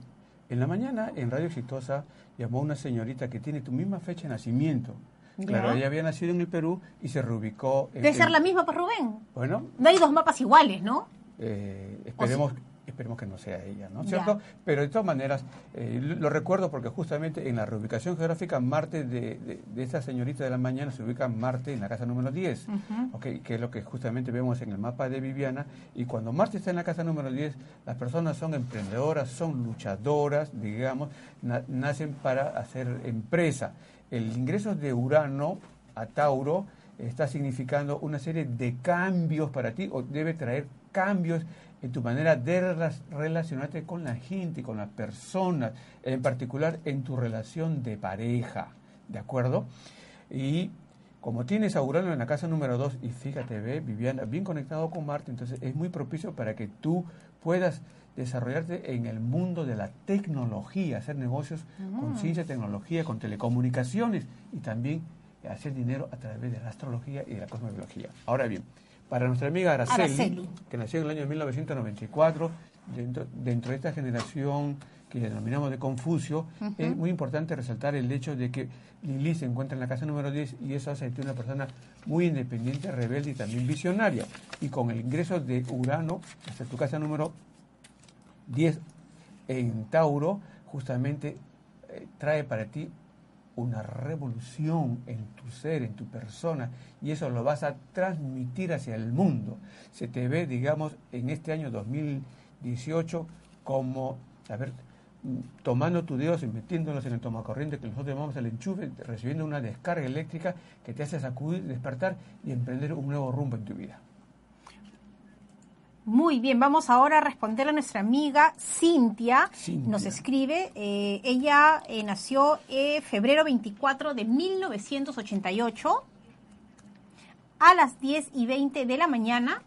En la mañana, en Radio Exitosa, llamó una señorita que tiene tu misma fecha de nacimiento. Claro, Ya. ella había nacido en el Perú y se reubicó. En, Debe ser en- la misma, pues, Rubén. Bueno, No hay dos mapas iguales, ¿no? eh, esperemos, esperemos que no sea ella, ¿no es Ya. cierto? Pero de todas maneras, eh, lo, lo recuerdo porque justamente en la reubicación geográfica Marte de, de, de esa señorita de la mañana se ubica Marte en la casa número diez, Ujú. ¿ok? Que es lo que justamente vemos en el mapa de Viviana. Y cuando Marte está en la casa número diez, las personas son emprendedoras, son luchadoras, digamos, na- nacen para hacer empresa. El ingreso de Urano a Tauro está significando una serie de cambios para ti, o debe traer cambios en tu manera de rela- relacionarte con la gente, con las personas, en particular en tu relación de pareja, ¿de acuerdo? Y como tienes a Urano en la casa número dos, y fíjate, ve, Viviana, bien conectado con Marte, entonces es muy propicio para que tú puedas desarrollarte en el mundo de la tecnología, hacer negocios con ciencia, tecnología, con telecomunicaciones y también hacer dinero a través de la astrología y de la cosmobiología. Ahora bien, para nuestra amiga Araceli, Araceli. que nació en el año mil novecientos noventa y cuatro, dentro, dentro de esta generación que denominamos de Confucio, Ujú. es muy importante resaltar el hecho de que Lili se encuentra en la casa número diez y eso hace de ti una persona muy independiente, rebelde y también visionaria. Y con el ingreso de Urano hasta tu casa número diez en Tauro, justamente eh, trae para ti una revolución en tu ser, en tu persona, y eso lo vas a transmitir hacia el mundo. Se te ve, digamos, en este año dos mil dieciocho como, a ver, mm, tomando tus dedos y metiéndolos en el tomacorriente que nosotros llamamos el enchufe, recibiendo una descarga eléctrica que te hace sacudir, despertar y emprender un nuevo rumbo en tu vida. Muy bien, vamos ahora a responder a nuestra amiga Cintia. Cintia. Nos escribe, eh, ella eh, nació en febrero veinticuatro de mil novecientos ochenta y ocho a las diez y veinte de la mañana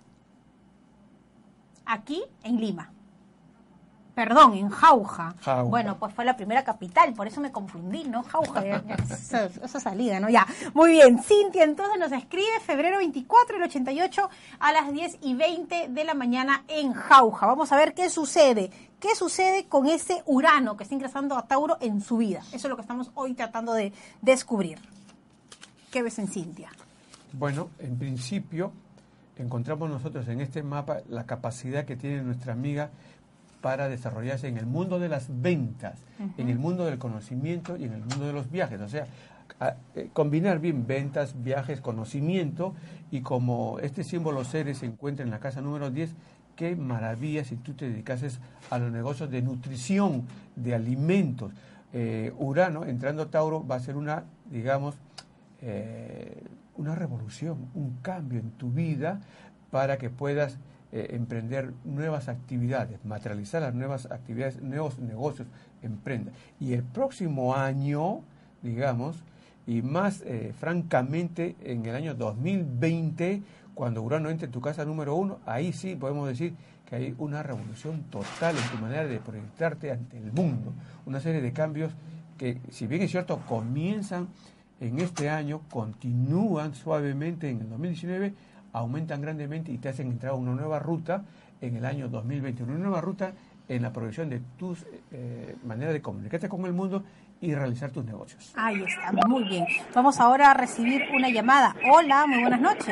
aquí en Lima. Perdón, en Jauja. Jauja. Bueno, pues fue la primera capital, por eso me confundí, ¿no? Jauja, ya- ya, esa, esa salida, ¿no? Ya, muy bien. Cintia entonces nos escribe febrero veinticuatro del ochenta y ocho a las diez y veinte de la mañana en Jauja. Vamos a ver qué sucede. ¿Qué sucede con ese Urano que está ingresando a Tauro en su vida? Eso es lo que estamos hoy tratando de descubrir. ¿Qué ves en Cintia? Bueno, en principio encontramos nosotros en este mapa la capacidad que tiene nuestra amiga para desarrollarse en el mundo de las ventas, Ujú. en el mundo del conocimiento y en el mundo de los viajes. O sea, a- eh, combinar bien ventas, viajes, conocimiento, y como este símbolo Ceres se encuentra en la casa número diez, qué maravilla si tú te dedicases a los negocios de nutrición, de alimentos. Eh, Urano, entrando a Tauro, va a ser una, digamos, eh, una revolución, un cambio en tu vida para que puedas eh, emprender nuevas actividades, materializar las nuevas actividades, nuevos negocios, emprenda. Y el próximo año, digamos, y más eh, francamente en el año dos mil veinte, cuando Urano entre en tu casa número uno, ahí sí podemos decir que hay una revolución total en tu manera de proyectarte ante el mundo, una serie de cambios que, si bien es cierto, comienzan en este año, continúan suavemente en el dos mil diecinueve, aumentan grandemente y te hacen entrar a una nueva ruta en el año dos mil veinte, una nueva ruta en la proyección de tus eh, maneras de comunicarte con el mundo y realizar tus negocios. Ahí está, muy bien. Vamos ahora a recibir una llamada. Hola, muy buenas noches.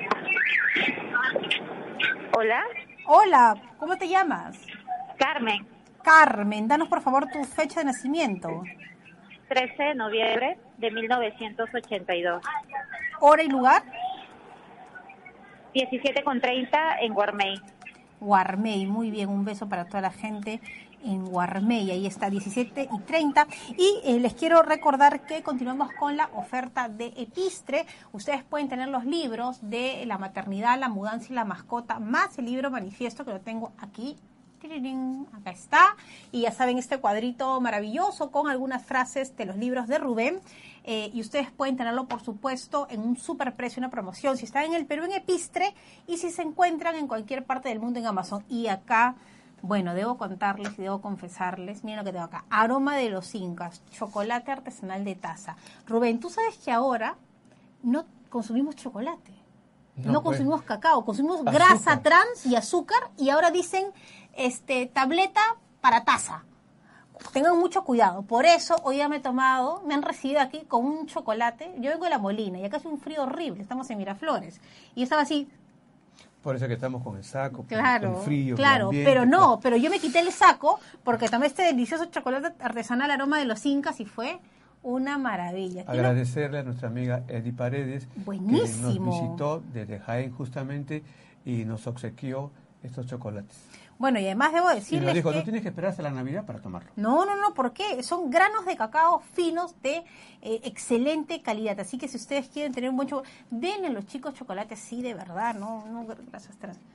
Hola, Hola, ¿cómo te llamas? Carmen, Carmen, danos por favor tu fecha de nacimiento, trece de noviembre de mil novecientos ochenta y dos, hora y lugar. diecisiete con treinta en Guarmey. Guarmey, muy bien, un beso para toda la gente en Guarmey, ahí está, diecisiete y treinta. Y eh, les quiero recordar que continuamos con la oferta de Epistre. Ustedes pueden tener los libros de la maternidad, la mudanza y la mascota, más el libro manifiesto que lo tengo aquí. Tirirín, acá está, y ya saben, este cuadrito maravilloso con algunas frases de los libros de Rubén, eh, y ustedes pueden tenerlo, por supuesto, en un superprecio, una promoción, si están en el Perú en Epistre, y si se encuentran en cualquier parte del mundo en Amazon. Y acá, bueno, debo contarles y debo confesarles, miren lo que tengo acá, aroma de los incas, chocolate artesanal de taza. Rubén, tú sabes que ahora no consumimos chocolate. No, No, consumimos pues, cacao, consumimos azúcar. grasa trans y azúcar, y ahora dicen este tableta para taza. tengan mucho cuidado. Por eso hoy ya me he tomado, me han recibido aquí con un chocolate. Yo vengo de La Molina y acá hace un frío horrible, estamos en Miraflores. Y yo estaba así... Por eso que estamos con el saco, claro, con el frío. Claro, con el ambiente, pero no, claro. pero yo me quité el saco porque tomé este delicioso chocolate artesanal aroma de los Incas y fue una maravilla. Agradecerle a nuestra amiga Eddie Paredes, Buenísimo. que nos visitó desde Jaén justamente y nos obsequió estos chocolates. Bueno, y además debo Y decirles nos dijo, que... no tienes que esperar hasta la Navidad para tomarlo. No, no, no, ¿por qué? Son granos de cacao finos de eh, excelente calidad. Así que si ustedes quieren tener un buen chocolate, denle a los chicos chocolates, sí, de verdad, no, no, gracias.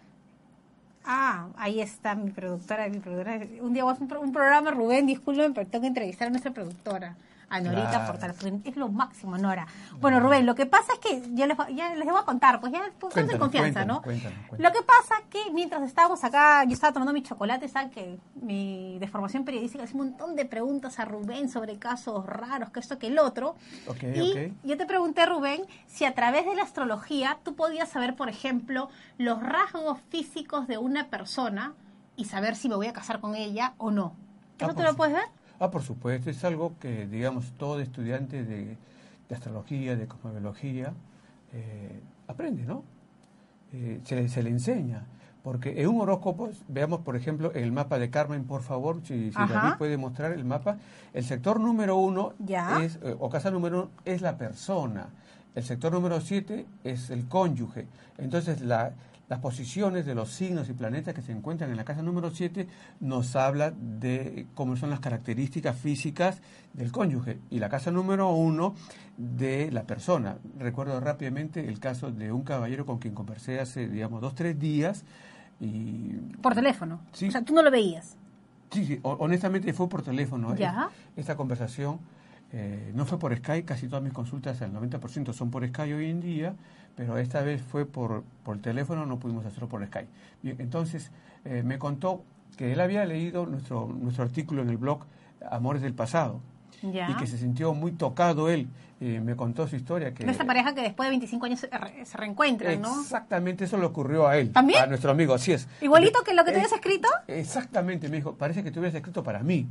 Ah, ahí está mi productora, mi productora. Un día vamos a un, pro, un programa, Rubén, disculpen, pero tengo que entrevistar a nuestra productora, a Norita Claro. Portal. Es lo máximo, Nora. Bueno, Rubén, lo que pasa es que yo les, ya les voy a contar, pues ya pues, estamos en confianza, cuéntanos, ¿no? Cuéntanos, cuéntanos. Lo que pasa es que mientras estábamos acá, yo estaba tomando mi chocolate, saben que mi de formación periodística hace un montón de preguntas a Rubén sobre casos raros, que esto, que el otro. Okay, y okay. yo te pregunté, Rubén, si a través de la astrología tú podías saber, por ejemplo, los rasgos físicos de una persona y saber si me voy a casar con ella o no. ¿Eso Ah, tú lo puedes ver? Ah, por supuesto, es algo que, digamos, todo estudiante de, de astrología, de cosmología, eh, aprende, ¿no? Eh, se, le, se le enseña. Porque en un horóscopo, veamos, por ejemplo, en el mapa de Carmen, por favor, si, si David puede mostrar el mapa, el sector número uno, ¿Ya? es, o casa número uno, es la persona. El sector número siete es el cónyuge. Entonces, la... las posiciones de los signos y planetas que se encuentran en la casa número siete nos habla de cómo son las características físicas del cónyuge. Y la casa número uno de la persona. Recuerdo rápidamente el caso de un caballero con quien conversé hace, digamos, dos, tres días. Y, por teléfono. Sí. O sea, tú no lo veías. Sí, sí, honestamente fue por teléfono. ¿Ya? Esta conversación eh, no fue por Skype, casi todas mis consultas, el noventa por ciento son por Skype hoy en día, pero esta vez fue por, por teléfono, no pudimos hacerlo por Skype. Bien, entonces, eh, me contó que él había leído nuestro, nuestro artículo en el blog Amores del Pasado. ¿Ya? Y que se sintió muy tocado él. Eh, me contó su historia. Que de esta pareja que después de veinticinco años se, re, se reencuentran, ¿no? Exactamente, eso le ocurrió a él. ¿También? A nuestro amigo, así es. ¿Igualito que lo que eh, te habías escrito? Exactamente, me dijo, parece que te hubieras escrito para mí.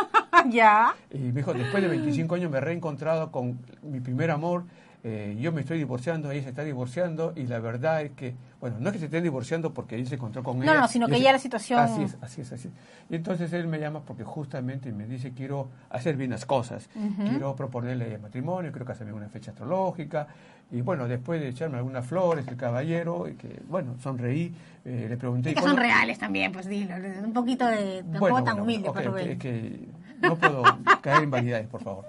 Ya. Y me dijo, después de veinticinco años me he reencontrado con mi primer amor. Eh, yo me estoy divorciando, ella se está divorciando, y la verdad es que, bueno, no es que se estén divorciando porque él se encontró con no, ella. No, no, sino que sé, ya la situación... Así es, así es, así es. Y entonces él me llama porque justamente me dice, quiero hacer bien las cosas, uh-huh. quiero proponerle matrimonio, quiero casarme en una fecha astrológica, y bueno, después de echarme algunas flores, el caballero, y que, bueno, sonreí, eh, le pregunté... Y que son reales también, pues dilo, un poquito de... Tampoco bueno, tan bueno, humilde, okay, pero okay, que no puedo caer en vanidades, por favor.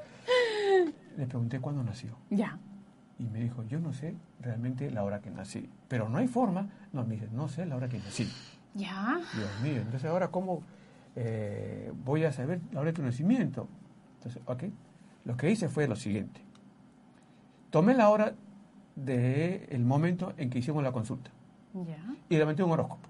Le pregunté cuándo nació. Ya. Y me dijo, yo no sé realmente la hora que nací, pero no hay forma. No, me dice, no sé la hora que nací. Ya. Dios mío, entonces ahora ¿cómo eh, voy a saber la hora de tu nacimiento? Entonces, ok, lo que hice fue lo siguiente. Tomé la hora del momento en que hicimos la consulta. Ya. Y levanté un horóscopo.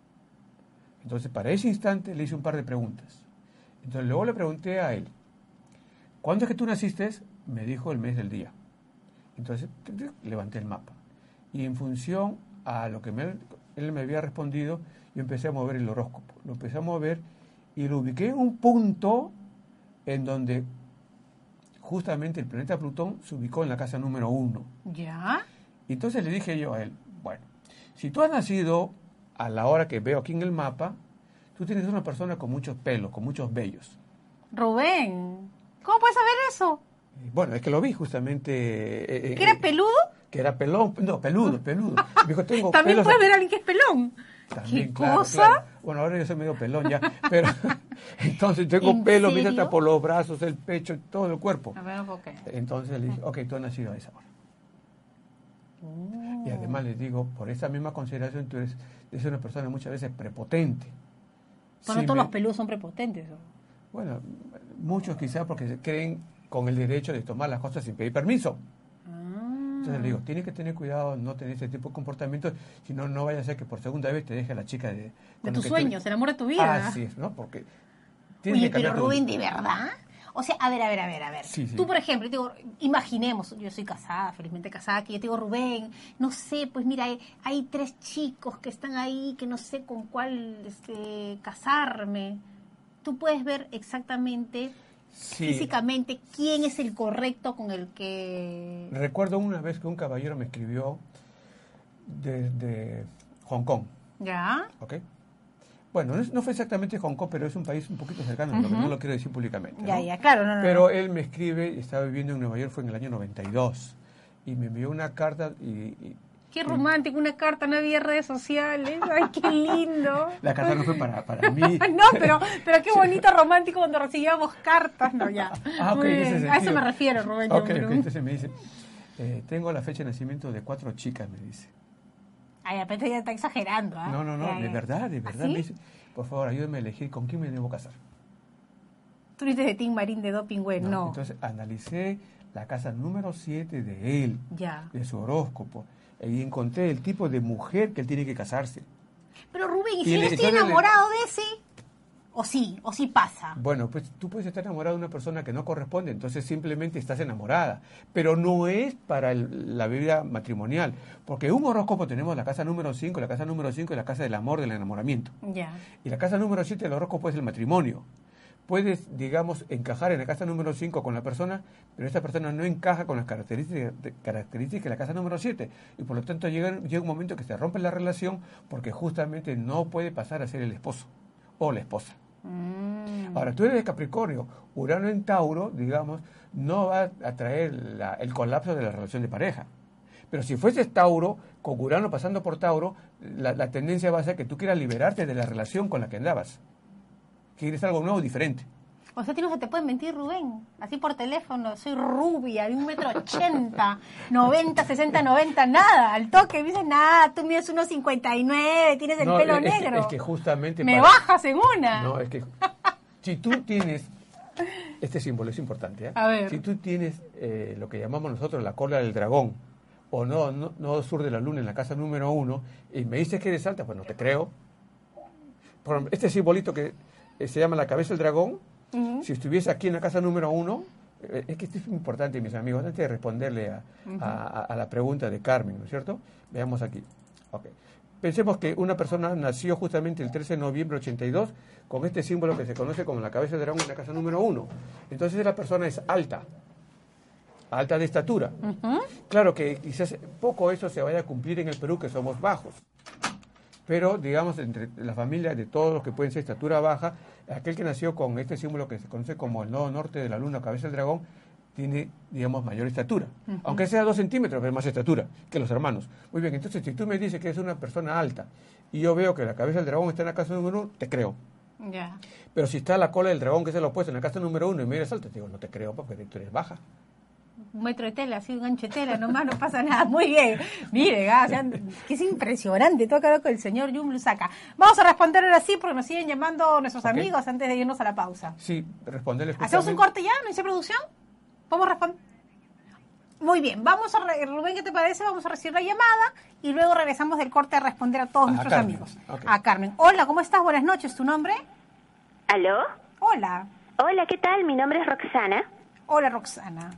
Entonces, para ese instante le hice un par de preguntas. Entonces, luego le pregunté a él, ¿cuándo es que tú naciste? Me dijo el mes del día. Entonces levanté el mapa y en función a lo que me, él me había respondido, yo empecé a mover el horóscopo. Lo empecé a mover y lo ubiqué en un punto en donde justamente el planeta Plutón se ubicó en la casa número uno. ¿Ya? Y entonces le dije yo a él, bueno, si tú has nacido a la hora que veo aquí en el mapa, tú tienes una persona con muchos pelos, con muchos vellos. Rubén, ¿cómo puedes saber eso? Bueno, es que lo vi justamente... Eh, ¿Que era peludo? Que era pelón, no, peludo, peludo. Me dijo, tengo También pelos puedes a... ver a alguien que es pelón. También, ¿Qué claro, cosa? Claro. Bueno, ahora yo soy medio pelón ya, pero entonces tengo pelo, mira, hasta por los brazos, el pecho, todo el cuerpo. A ver, ¿por qué? Entonces le dije, ok, tú has nacido a esa hora. Oh. Y además les digo, por esa misma consideración, tú eres, eres una persona muchas veces prepotente. Bueno, si todos me... los peludos son prepotentes. ¿O? Bueno, muchos quizás porque se creen con el derecho de tomar las cosas sin pedir permiso. Ah. Entonces le digo, tienes que tener cuidado, no tener ese tipo de comportamientos, si no, no vaya a ser que por segunda vez te deje a la chica de... De tus sueños, tú... el amor de tu vida. Así es, ¿no? Porque... Oye, pero Rubén, ¿de verdad? O sea, a ver, a ver, a ver, a ver. Sí, sí. Tú, por ejemplo, te digo, imaginemos, yo soy casada, felizmente casada, que yo te digo, Rubén, no sé, pues mira, hay, hay tres chicos que están ahí, que no sé con cuál este, casarme. tú puedes ver exactamente, Sí. físicamente, quién es el correcto con el que... Recuerdo una vez que un caballero me escribió desde Hong Kong, ¿Ya? ¿ok? Bueno, no, es- no fue exactamente Hong Kong, pero es un país un poquito cercano, lo que Ujú. no lo quiero decir públicamente. Ya, ¿no? ya, claro, no, no, Pero no. él me escribe, estaba viviendo en Nueva York, fue en el año noventa y dos, y me envió una carta y... y- Qué romántico, una carta, no había redes sociales. Ay, qué lindo. la carta no fue para, para mí. No, pero, pero qué bonito romántico cuando recibíamos cartas. No, ya. Ah, ok, Muy en ese bien. A eso sentido. me refiero, Rubén. Ok, Jumblum. ok, entonces me dice, eh, tengo la fecha de nacimiento de cuatro chicas, me dice. Ay, de repente ya está exagerando. ¿ah? No, no, no, Ya, de ya. verdad, de verdad. ¿Así? Me dice, por favor, ayúdame a elegir con quién me debo casar. Tú dices de Tim Marín de Doping Web, no. Entonces analicé la casa número siete de él, Ya. de su horóscopo, y encontré el tipo de mujer que él tiene que casarse. Pero Rubén, ¿y Y si yo le- estoy entonces le- enamorado de ese? ¿O sí? ¿O sí pasa? Bueno, pues tú puedes estar enamorado de una persona que no corresponde, entonces simplemente estás enamorada, pero no es para el- la vida matrimonial, porque un horóscopo tenemos la casa número cinco, la casa número cinco es la casa del amor, del enamoramiento, Ya. y la casa número siete del horóscopo es el matrimonio. Puedes, digamos, encajar en la casa número cinco con la persona, pero esta persona no encaja con las características de, características de la casa número siete, y por lo tanto llega, llega un momento que se rompe la relación porque justamente no puede pasar a ser el esposo o la esposa. Mm. Ahora, tú eres de Capricornio, Urano en Tauro, digamos, no va a traer la- el colapso de la relación de pareja. Pero si fueses Tauro, con Urano pasando por Tauro, la, la tendencia va a ser que tú quieras liberarte de la relación con la que andabas. Quieres algo nuevo, diferente. O sea, a ti no se te puede mentir, Rubén. Así por teléfono, soy rubia, de un metro ochenta, noventa, sesenta, noventa, nada. Al toque, me dices, nada, tú mides unos cincuenta y nueve, tienes el No, pelo es, que- negro. es que justamente... Me para- bajas en una. No, es que si tú tienes, este símbolo es importante, ¿eh? A ver. Si tú tienes eh, lo que llamamos nosotros la cola del dragón, o no, no, no sur de la luna en la casa número uno, y me dices que eres alta, pues no te creo. Por ejemplo, este simbolito que eh, se llama la cabeza del dragón, Ujú. si estuviese aquí en la casa número uno, eh, es que esto es muy importante, mis amigos, antes de responderle a, a- a- a la pregunta de Carmen, ¿no es cierto? Veamos aquí. Ok. Pensemos que una persona nació justamente el trece de noviembre de ochenta y dos con este símbolo que se conoce como la cabeza de dragón en la casa número uno. Entonces la persona es alta, alta de estatura. Ujú. Claro que quizás poco eso se vaya a cumplir en el Perú, que somos bajos. Pero, digamos, entre la familia de todos los que pueden ser estatura baja, aquel que nació con este símbolo que se conoce como el nodo norte de la luna, cabeza del dragón, tiene, digamos, mayor estatura. Aunque sea dos centímetros, pero más estatura que los hermanos. Muy bien, entonces si tú me dices que es una persona alta y yo veo que la cabeza del dragón está en la casa número uno, te creo. Ya. Pero si está la cola del dragón, que es el opuesto, en la casa número uno y me eres alto, te digo, no te creo porque tú eres baja. Un metro de tela, así un ancho de tela, nomás no pasa nada. Muy bien. Mire, ah, o sea, que es impresionante todo acá con el señor Jumblum saca. Vamos a responder ahora sí, porque nos siguen llamando nuestros Ok. amigos antes de irnos a la pausa. Sí, responderle ¿Hacemos un justamente- corte ya? ¿No dice producción? ¿Vamos a responder? Muy bien, vamos a re- Rubén, ¿qué te parece? Vamos a recibir la llamada y luego regresamos del corte a responder a todos A nuestros Carmen, amigos. ok. A Carmen. Hola, ¿cómo estás? Buenas noches, ¿tu nombre? ¿Aló? Hola. Hola, ¿qué tal? Mi nombre es Roxana. Hola, Roxana.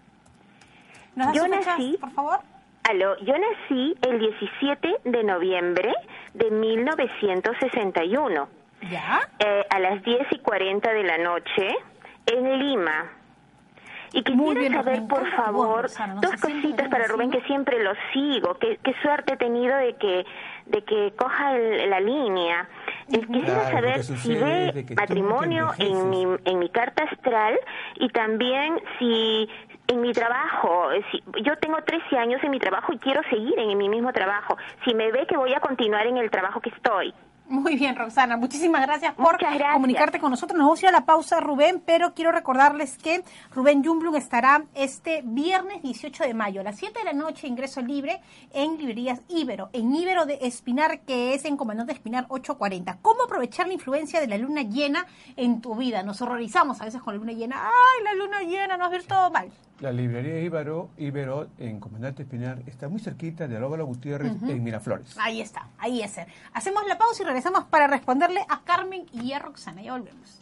¿Nos das Yo su fecha, nací- por favor? Aló, yo nací el diecisiete de noviembre de mil novecientos sesenta y uno, ¿Ya? eh, a las diez y cuarenta de la noche, en Lima. Y Muy quisiera bien, saber, Rubén. por Encanta tu voz, favor, Roxana, ¿no? dos Se siente cositas bien para así, Rubén, ¿no? que siempre lo sigo. Qué, qué suerte he tenido de que de que coja el- la línea. Eh, Quisiera Claro, lo saber que si sucede es de ve que tú matrimonio te en mi, envejeces. en mi carta astral y también si en mi trabajo, eh, si, yo tengo trece años en mi trabajo y quiero seguir en mi mismo trabajo. Si me ve que voy a continuar en el trabajo que estoy. Muy bien, Roxana. Muchísimas gracias por Muchas gracias. comunicarte con nosotros. Nos vamos a ir a la pausa, Rubén, pero quiero recordarles que Rubén Jumblum estará este viernes dieciocho de mayo a las siete de la noche, ingreso libre en librerías Ibero, en Ibero de Espinar, que es en Comandante Espinar ochocientos cuarenta. ¿Cómo aprovechar la influencia de la luna llena en tu vida? Nos horrorizamos a veces con la luna llena. ¡Ay, la luna llena! Nos va a ver todo mal. La librería Ibero, Ibero en Comandante Espinar está muy cerquita de Álvaro Gutiérrez en Miraflores. Ahí está, ahí es. Hacemos la pausa y regresamos para responderle a Carmen y a Roxana. Ya volvemos.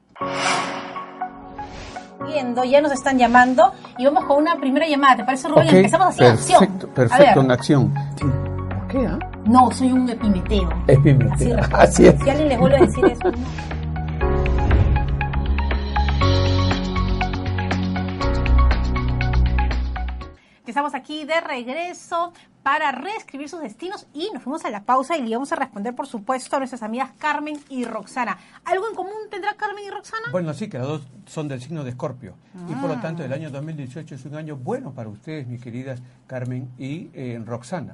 Viendo, ya nos están llamando y vamos con una primera llamada. ¿Te parece, Rubén? Ok, Empezamos así, acción. perfecto, A perfecto, ver. en acción. ¿Qué, ah? No, soy un epimeteo. Epimeteo, Así, así es. Si alguien les vuelve a decir eso, no. estamos aquí de regreso para reescribir sus destinos y nos fuimos a la pausa y le vamos a responder, por supuesto, a nuestras amigas Carmen y Roxana. ¿Algo en común tendrá Carmen y Roxana? Bueno, sí, que las dos son del signo de Escorpio. Ah. Y por lo tanto, el año dos mil dieciocho es un año bueno para ustedes, mis queridas Carmen y eh, Roxana.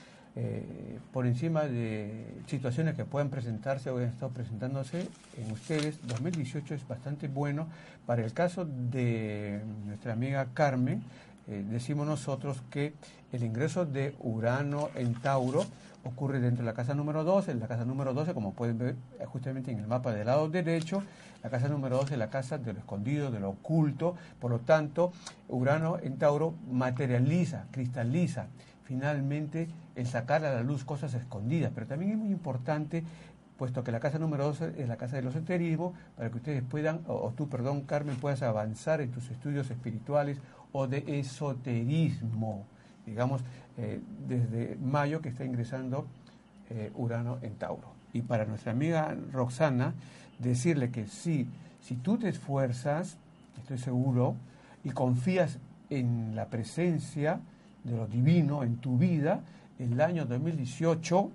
Eh, por encima de situaciones que puedan presentarse o han estado presentándose en ustedes, dos mil dieciocho es bastante bueno. Para el caso de nuestra amiga Carmen, eh, decimos nosotros que el ingreso de Urano en Tauro ocurre dentro de la casa número doce. En la casa número doce, como pueden ver justamente en el mapa del lado derecho, la casa número doce es la casa de lo escondido, de lo oculto. Por lo tanto, Urano en Tauro materializa, cristaliza finalmente el sacar a la luz cosas escondidas, pero también es muy importante, puesto que la casa número doce es la casa del esoterismo, para que ustedes puedan, o, o tú, perdón, Carmen, puedas avanzar en tus estudios espirituales o de esoterismo, digamos, eh, desde mayo que está ingresando eh, Urano en Tauro. Y para nuestra amiga Roxana, decirle que sí, si tú te esfuerzas, estoy seguro, y confías en la presencia de lo divino en tu vida, el año dos mil dieciocho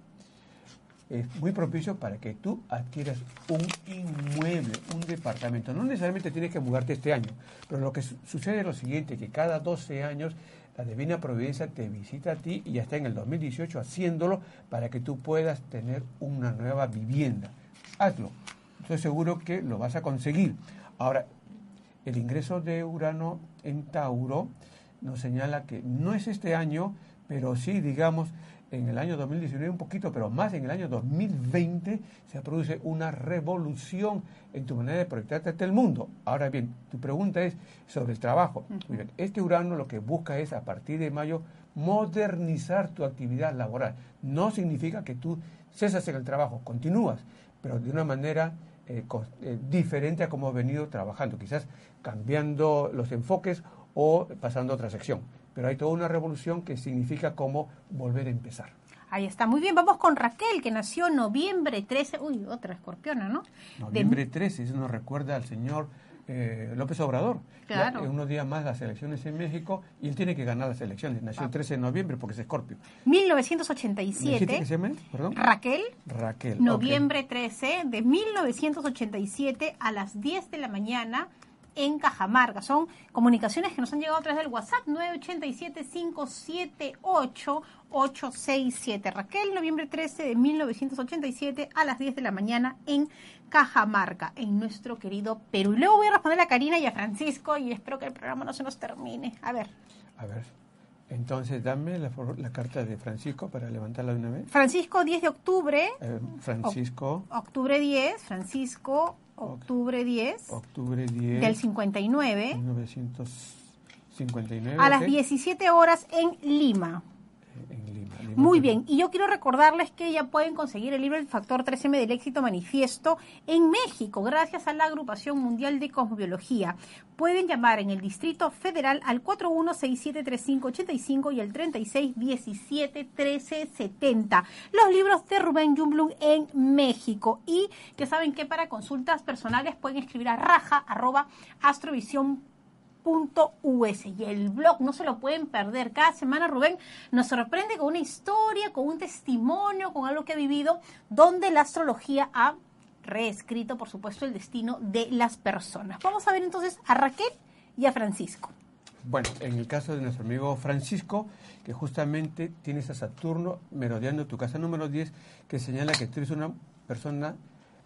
es muy propicio para que tú adquieras un inmueble, un departamento. No necesariamente tienes que mudarte este año, pero lo que su- sucede es lo siguiente, que cada doce años la Divina Providencia te visita a ti y ya está en el dos mil dieciocho haciéndolo para que tú puedas tener una nueva vivienda. Hazlo. Estoy seguro que lo vas a conseguir. Ahora, el ingreso de Urano en Tauro nos señala que no es este año, pero sí, digamos, en el año dos mil diecinueve un poquito, pero más en el año dos mil veinte se produce una revolución en tu manera de proyectarte ante el mundo. Ahora bien, tu pregunta es sobre el trabajo. Uh-huh. Muy bien, este Urano lo que busca es, a partir de mayo, modernizar tu actividad laboral. No significa que tú cesas en el trabajo, continúas, pero de una manera eh, co- eh, diferente a como has venido trabajando, quizás cambiando los enfoques o pasando a otra sección. Pero hay toda una revolución que significa como volver a empezar. Ahí está, muy bien. Vamos con Raquel, que nació noviembre trece. Uy, otra escorpiona, ¿no? Noviembre trece, eso nos recuerda al señor eh, López Obrador. Claro. Ya, en unos días más las elecciones en México y él tiene que ganar las elecciones. Nació ah. el trece de noviembre porque es Escorpio. mil novecientos ochenta y siete. ¿Me que se llama? ¿Perdón? Raquel. Raquel. Noviembre okay. trece de mil novecientos ochenta y siete a las diez de la mañana en Cajamarca. Son comunicaciones que nos han llegado a través del WhatsApp nueve ocho siete, cinco siete ocho, ocho seis siete. Raquel, noviembre trece de mil novecientos ochenta y siete a las diez de la mañana en Cajamarca, en nuestro querido Perú. Y luego voy a responder a Karina y a Francisco y espero que el programa no se nos termine. A ver. A ver. Entonces, dame la, la carta de Francisco para levantarla de una vez. Francisco, diez de octubre. Eh, Francisco. O, octubre diez, Francisco, octubre diez. Octubre diez. Del cincuenta y nueve. mil novecientos cincuenta y nueve. A las diecisiete horas en Lima. En Lima, Lima. Muy bien, y yo quiero recordarles que ya pueden conseguir el libro El Factor tres eme del Éxito Manifiesto en México, gracias a la Agrupación Mundial de Cosmobiología. Pueden llamar en el Distrito Federal al cuatro uno seis siete tres cinco ocho cinco y el treinta y seis diecisiete trece setenta. Los libros de Rubén Jumblum en México. Y que saben que para consultas personales pueden escribir a raja arroba astrovisión punto u s. Y el blog no se lo pueden perder. Cada semana Rubén nos sorprende con una historia, con un testimonio, con algo que ha vivido, donde la astrología ha reescrito, por supuesto, el destino de las personas. Vamos a ver entonces a Raquel y a Francisco. Bueno, en el caso de nuestro amigo Francisco, que justamente tienes a Saturno merodeando tu casa número diez, que señala que tú eres una persona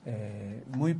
eh, muy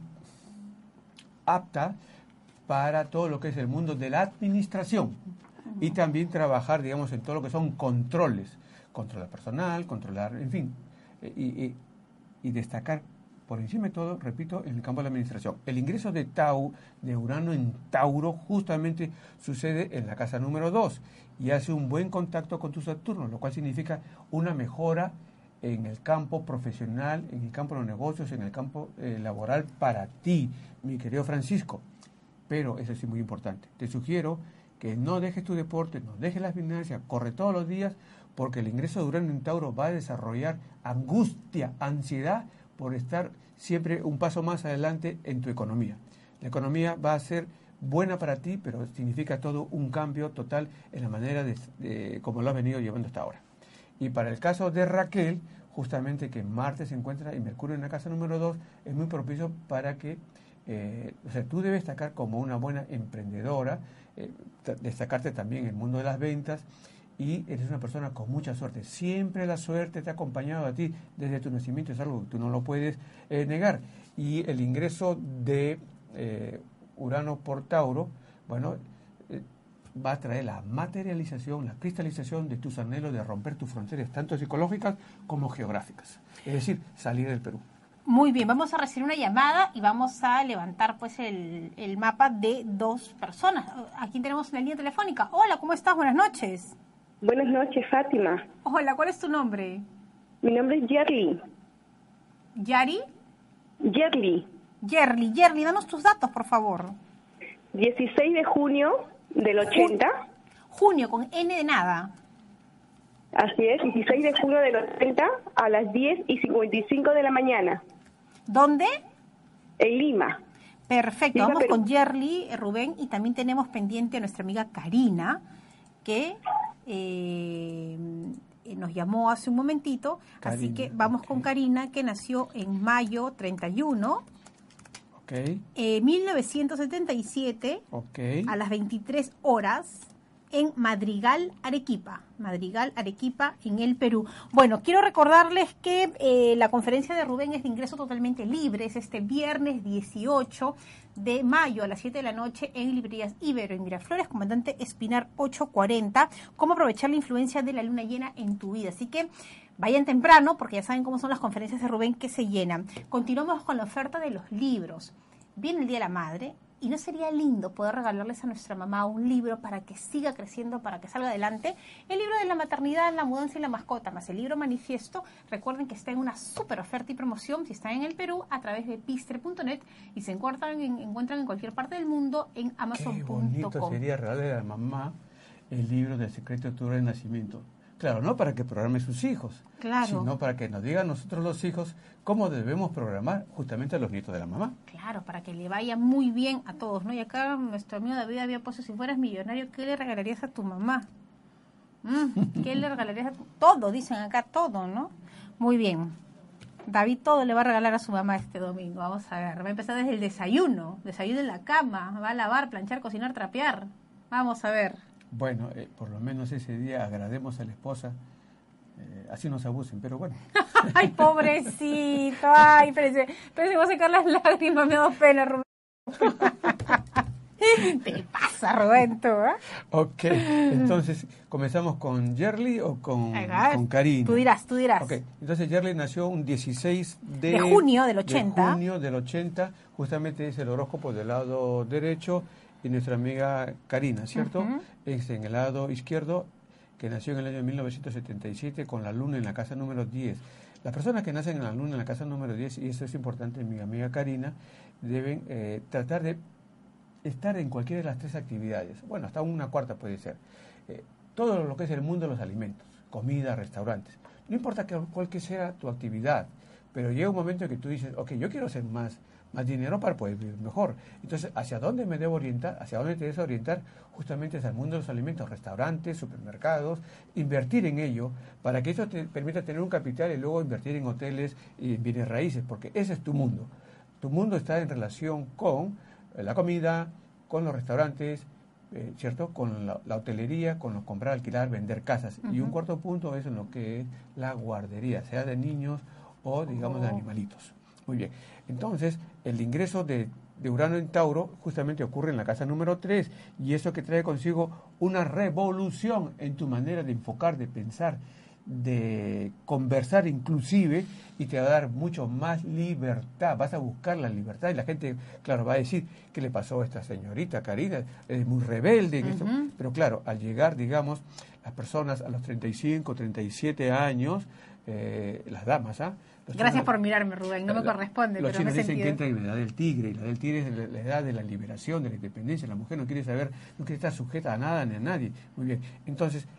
apta para todo lo que es el mundo de la administración uh-huh. y también trabajar, digamos, en todo lo que son controles, controlar personal, controlar, en fin, y, y, y destacar por encima de todo, repito, en el campo de la administración. El ingreso de Tau, de Urano en Tauro, justamente sucede en la casa número dos y hace un buen contacto con tu Saturno, lo cual significa una mejora en el campo profesional, en el campo de los negocios, en el campo eh, laboral para ti, mi querido Francisco. Pero eso sí es muy importante. Te sugiero que no dejes tu deporte, no dejes las finanzas, corre todos los días, porque el ingreso de Urano en Tauro va a desarrollar angustia, ansiedad por estar siempre un paso más adelante en tu economía. La economía va a ser buena para ti, pero significa todo un cambio total en la manera de, de como lo has venido llevando hasta ahora. Y para el caso de Raquel, justamente que Marte se encuentra y Mercurio en la casa número dos, es muy propicio para que, eh, o sea, tú debes destacar como una buena emprendedora, eh, destacarte también en el mundo de las ventas, y eres una persona con mucha suerte. Siempre la suerte te ha acompañado a ti desde tu nacimiento, es algo que tú no lo puedes eh, negar. Y el ingreso de eh, Urano por Tauro, bueno, eh, va a traer la materialización, la cristalización de tus anhelos de romper tus fronteras, tanto psicológicas como geográficas. Es decir, salir del Perú. Muy bien, vamos a recibir una llamada y vamos a levantar pues el, el mapa de dos personas. Aquí tenemos una línea telefónica. Hola, ¿cómo estás? Buenas noches. Buenas noches, Fátima. Hola, ¿cuál es tu nombre? Mi nombre es Yerly. ¿Yari? Yerly. Yerly, Yerly, danos tus datos, por favor. dieciséis de junio del ochenta. Junio, con N de nada. Así es, dieciséis de junio del ochenta a las diez y cincuenta y cinco de la mañana. ¿Dónde? En Lima. Perfecto, Lima, vamos Perú. con Yerly, Rubén, y también tenemos pendiente a nuestra amiga Karina, que eh, nos llamó hace un momentito. Karina, así que vamos okay. con Karina, que nació en mayo treinta y uno. Okay. Eh, mil novecientos setenta y siete, okay. a las veintitrés horas, en Madrigal, Arequipa. Madrigal, Arequipa, en el Perú. Bueno, quiero recordarles que eh, la conferencia de Rubén es de ingreso totalmente libre. Es este viernes dieciocho de mayo a las siete de la noche en Librerías Ibero, en Miraflores, Comandante Espinar ochocientos cuarenta. Cómo aprovechar la influencia de la luna llena en tu vida. Así que vayan temprano, porque ya saben cómo son las conferencias de Rubén que se llenan. Continuamos con la oferta de los libros. Viene el Día de la Madre, y ¿no sería lindo poder regalarles a nuestra mamá un libro para que siga creciendo, para que salga adelante? El libro de la maternidad, la mudanza y la mascota, más el libro manifiesto. Recuerden que está en una súper oferta y promoción si están en el Perú a través de pistre punto net y se encuentran en, encuentran en cualquier parte del mundo en amazon punto com. Qué bonito sería regalarle a la mamá el libro del secreto de tu hora de nacimiento. Claro, no para que programe sus hijos, claro, sino para que nos digan nosotros los hijos cómo debemos programar justamente a los nietos de la mamá. Claro, para que le vaya muy bien a todos, ¿no? Y acá nuestro amigo David había puesto, si fueras millonario, ¿qué le regalarías a tu mamá? Mm, ¿Qué le regalarías a tu... Todo, dicen acá, todo, ¿no? Muy bien. David todo le va a regalar a su mamá este domingo. Vamos a ver, va a empezar desde el desayuno, desayuno en la cama, va a lavar, planchar, cocinar, trapear. Vamos a ver. Bueno, eh, por lo menos ese día agrademos a la esposa, eh, así no se abusen, pero bueno. Ay, pobrecito, ay, espérense, espérense, voy a sacar las lágrimas, me da pena, Rubén. ¿Te pasa, Rubén, tú, eh? Ok, entonces, ¿comenzamos con Yerly o con, con Karina? Tú dirás, tú dirás. Ok, entonces Yerly nació un dieciséis de, de junio del ochenta. De junio del ochenta, justamente es el horóscopo del lado derecho, y nuestra amiga Karina, ¿cierto? Uh-huh. Es en el lado izquierdo, que nació en el año mil novecientos setenta y siete con la luna en la casa número diez. Las personas que nacen en la luna en la casa número diez, y eso es importante, mi amiga Karina, deben eh, tratar de estar en cualquiera de las tres actividades. Bueno, hasta una cuarta puede ser. Eh, todo lo que es el mundo de los alimentos, comida, restaurantes. No importa que, cuál que sea tu actividad, pero llega un momento en que tú dices, ok, yo quiero hacer más, más dinero para poder vivir mejor. Entonces, ¿hacia dónde me debo orientar? ¿Hacia dónde te debes orientar? Justamente hacia el mundo de los alimentos, restaurantes, supermercados, invertir en ello para que eso te permita tener un capital y luego invertir en hoteles y en bienes raíces, porque ese es tu mundo. Tu mundo está en relación con la comida, con los restaurantes, eh, ¿cierto? Con la, la hotelería, con los comprar, alquilar, vender casas. Uh-huh. Y un cuarto punto es en lo que es la guardería, sea de niños o, digamos, oh. de animalitos. Muy bien. Entonces, el ingreso de, de Urano en Tauro justamente ocurre en la casa número tres, y eso que trae consigo una revolución en tu manera de enfocar, de pensar, de conversar inclusive, y te va a dar mucho más libertad. Vas a buscar la libertad y la gente, claro, va a decir, ¿qué le pasó a esta señorita Karina? Es muy rebelde. Uh-huh. Esto. Pero claro, al llegar, digamos, las personas a los treinta y cinco, treinta y siete años, eh, las damas, ¿ah? Los Gracias chinos, por mirarme, Rubén, no me la, corresponde. Los pero chinos me dicen sentido. que entran en la edad del tigre, y la del tigre es la, la edad de la liberación, de la independencia. La mujer no quiere saber, no quiere estar sujeta a nada ni a nadie. Muy bien. Entonces,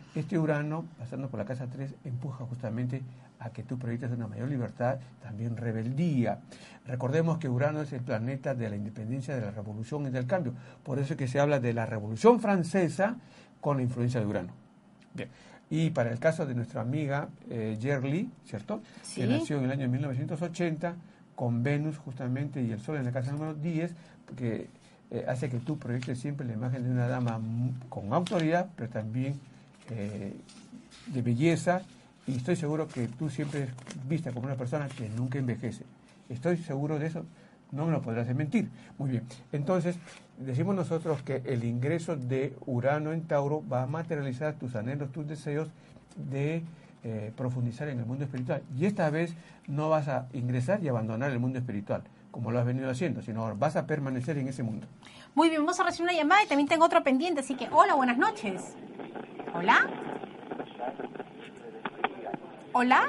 este Urano, pasando por la casa tres, empuja justamente a que tú proyectes una mayor libertad, también rebeldía. Recordemos que Urano es el planeta de la independencia, de la revolución y del cambio. Por eso es que se habla de la Revolución Francesa con la influencia de Urano. Bien. Y para el caso de nuestra amiga eh, Yerli, ¿cierto? Sí. Que nació en el año mil novecientos ochenta, con Venus justamente y el Sol en la casa número diez, que eh, hace que tú proyectes siempre la imagen de una dama con autoridad, pero también eh, de belleza, y estoy seguro que tú siempre eres vista como una persona que nunca envejece. Estoy seguro de eso, no me lo podrás mentir. Muy bien, entonces decimos nosotros que el ingreso de Urano en Tauro va a materializar tus anhelos, tus deseos de eh, profundizar en el mundo espiritual. Y esta vez no vas a ingresar y abandonar el mundo espiritual, como lo has venido haciendo, sino vas a permanecer en ese mundo. Muy bien, vamos a recibir una llamada y también tengo otro pendiente, así que hola, buenas noches. Hola. Hola.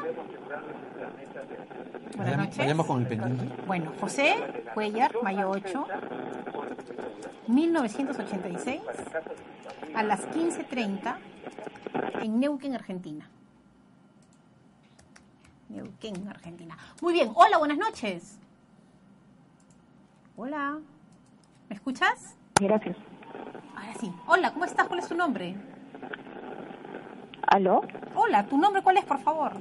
Buenas noches. Vayamos con el pendiente. Bueno, José Cuellar, mayo ocho, mil novecientos ochenta y seis, a las quince treinta, en Neuquén, Argentina. Neuquén, Argentina. Muy bien, hola, buenas noches. Hola. ¿Me escuchas? Gracias. Ahora sí. Hola, ¿cómo estás? ¿Cuál es tu nombre? ¿Aló? Hola, ¿tu nombre cuál es, por favor?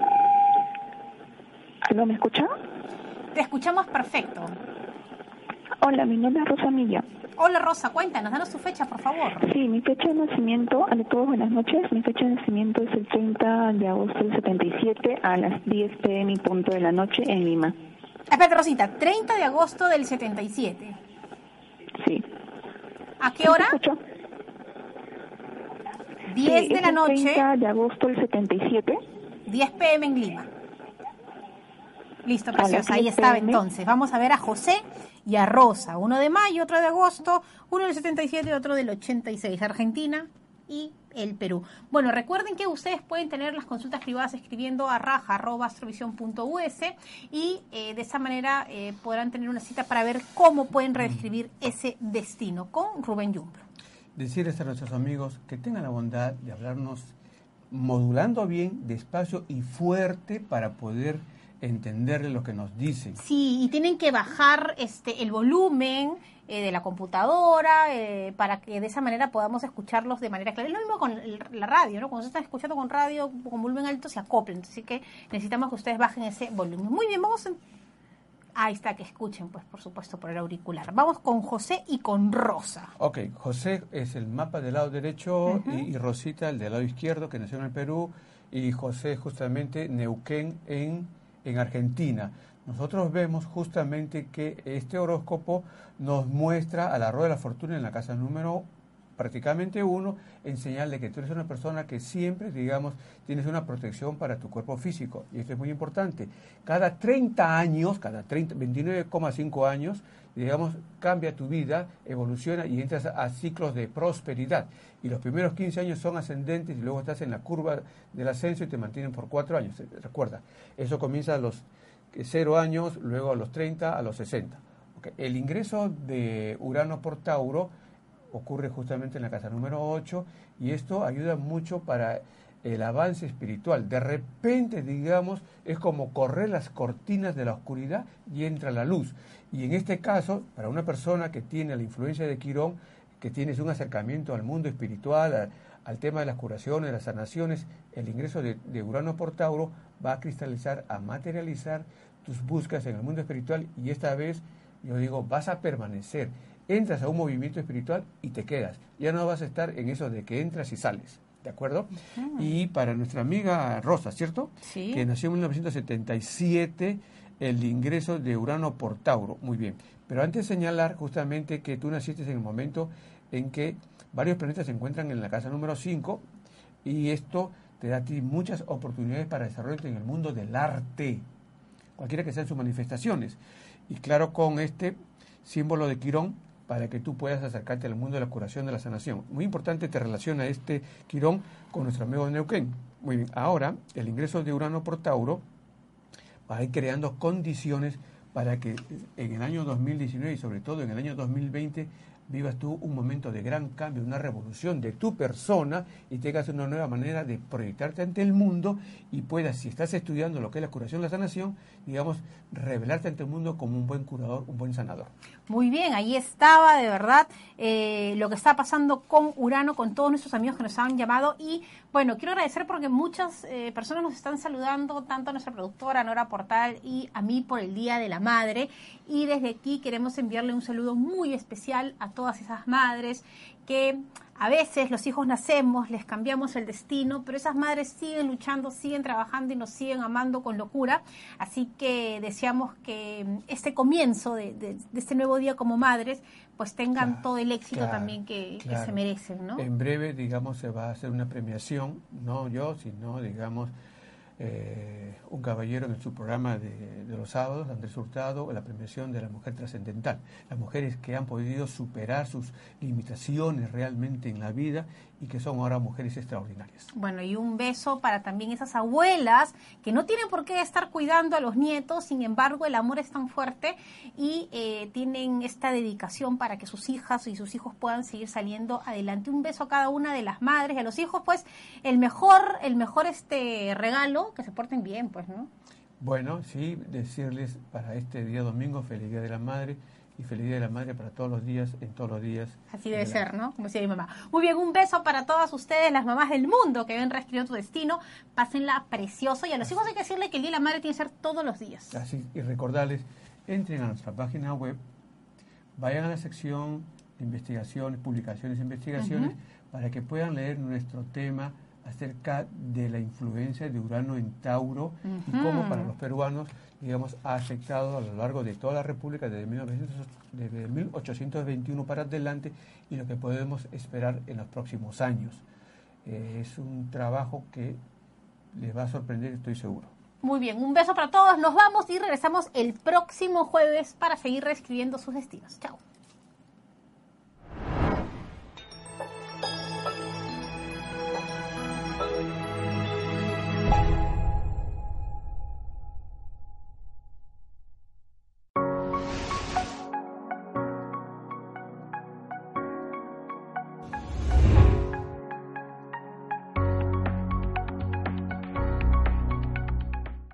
¿Aló, me escucha? Te escuchamos perfecto. Hola, mi nombre es Rosa Milla. Hola, Rosa, cuéntanos, danos tu fecha, por favor. Sí, mi fecha de nacimiento, a todos buenas noches, mi fecha de nacimiento es el treinta de agosto del setenta y siete a las diez pe eme y punto de la noche en Lima. Espérate, Rosita, treinta de agosto del setenta y siete. Sí. ¿A qué hora? ¿Me escuchó? diez Sí, de es la el noche, treinta de agosto del setenta y siete. diez pe eme en Lima. Listo, A las preciosa, ahí diez estaba pe eme. entonces. Vamos a ver a José y a Rosa, uno de mayo, otro de agosto, uno del setenta y siete y otro del ochenta y seis, Argentina y el Perú. Bueno, recuerden que ustedes pueden tener las consultas privadas escribiendo a raja arroba astrovisión punto u ese y eh, de esa manera eh, podrán tener una cita para ver cómo pueden reescribir ese destino con Rubén Yumbro. Decirles a nuestros amigos que tengan la bondad de hablarnos modulando bien, despacio y fuerte para poder entenderle lo que nos dicen. Sí, y tienen que bajar este el volumen eh, de la computadora eh, para que de esa manera podamos escucharlos de manera clara. Es lo mismo con el, la radio, ¿no? Cuando se están escuchando con radio con volumen alto se acoplen, así que necesitamos que ustedes bajen ese volumen. Muy bien, vamos a... Ahí está, que escuchen, pues, por supuesto, por el auricular. Vamos con José y con Rosa. Ok, José es el mapa del lado derecho Uh-huh. y, y Rosita el del lado izquierdo, que nació en el Perú, y José justamente Neuquén en, en Argentina. Nosotros vemos justamente que este horóscopo nos muestra a la rueda de la fortuna en la casa número prácticamente uno, en señal de que tú eres una persona que siempre, digamos, tienes una protección para tu cuerpo físico. Y esto es muy importante. Cada treinta años, cada treinta, veintinueve coma cinco años, digamos, cambia tu vida, evoluciona y entras a, a ciclos de prosperidad. Y los primeros quince años son ascendentes y luego estás en la curva del ascenso y te mantienen por cuatro años. Recuerda, eso comienza a los cero años, luego a los treinta, a los sesenta. Okay. El ingreso de Urano por Tauro ocurre justamente en la casa número ocho y esto ayuda mucho para el avance espiritual. De repente, digamos, es como correr las cortinas de la oscuridad y entra la luz. Y en este caso, para una persona que tiene la influencia de Quirón, que tienes un acercamiento al mundo espiritual, a, al tema de las curaciones, las sanaciones, el ingreso de, de Urano por Tauro va a cristalizar, a materializar tus búsquedas en el mundo espiritual y esta vez, yo digo, vas a permanecer. Entras a un movimiento espiritual y te quedas. Ya no vas a estar en eso de que entras y sales, ¿de acuerdo? Uh-huh. Y para nuestra amiga Rosa, ¿cierto? Sí. Que nació en mil novecientos setenta y siete, el ingreso de Urano por Tauro. Muy bien. Pero antes de señalar justamente que tú naciste en el momento en que varios planetas se encuentran en la casa número cinco y esto te da a ti muchas oportunidades para desarrollarte en el mundo del arte, cualquiera que sean sus manifestaciones. Y claro, con este símbolo de Quirón, para que tú puedas acercarte al mundo de la curación, de la sanación. Muy importante te relaciona este Quirón con nuestro amigo de Neuquén. Muy bien, ahora el ingreso de Urano por Tauro va a ir creando condiciones para que en el año dos mil diecinueve y sobre todo en el año dos mil veinte vivas tú un momento de gran cambio, una revolución de tu persona y tengas una nueva manera de proyectarte ante el mundo y puedas, si estás estudiando lo que es la curación y la sanación, digamos, revelarte ante el mundo como un buen curador, un buen sanador. Muy bien, ahí estaba de verdad eh, lo que está pasando con Urano, con todos nuestros amigos que nos han llamado y bueno, quiero agradecer porque muchas eh, personas nos están saludando, tanto a nuestra productora Nora Portal y a mí por el Día de la Madre y desde aquí queremos enviarle un saludo muy especial a todas esas madres que a veces los hijos nacemos, les cambiamos el destino, pero esas madres siguen luchando, siguen trabajando y nos siguen amando con locura. Así que deseamos que este comienzo de, de, de este nuevo día como madres, pues tengan claro, todo el éxito claro, también que, claro. que se merecen, ¿no? En breve, digamos, se va a hacer una premiación, no yo, sino, digamos, Eh, un caballero en su programa de, de los sábados, Andrés Hurtado, la premiación de la mujer trascendental, las mujeres que han podido superar sus limitaciones realmente en la vida y que son ahora mujeres extraordinarias. Bueno, y un beso para también esas abuelas que no tienen por qué estar cuidando a los nietos, sin embargo el amor es tan fuerte y eh, tienen esta dedicación para que sus hijas y sus hijos puedan seguir saliendo adelante. Un beso a cada una de las madres y a los hijos, pues el mejor, el mejor este regalo, que se porten bien, pues, ¿no? Bueno, sí, decirles para este día domingo, feliz Día de la Madre y feliz Día de la Madre para todos los días, en todos los días. Así debe ser, ¿no? Como decía mi mamá. Muy bien, un beso para todas ustedes, las mamás del mundo que ven reescribiendo tu destino. Pásenla precioso y a los hijos hay que decirle que el Día de la Madre tiene que ser todos los días. Así, y recordarles, entren a nuestra página web, vayan a la sección de investigaciones, publicaciones e investigaciones, uh-huh. para que puedan leer nuestro tema acerca de la influencia de Urano en Tauro uh-huh. y cómo para los peruanos, digamos, ha afectado a lo largo de toda la República desde, mil novecientos, desde mil ochocientos veintiuno para adelante y lo que podemos esperar en los próximos años. Eh, es un trabajo que les va a sorprender, estoy seguro. Muy bien, un beso para todos, nos vamos y regresamos el próximo jueves para seguir reescribiendo sus destinos. Chao.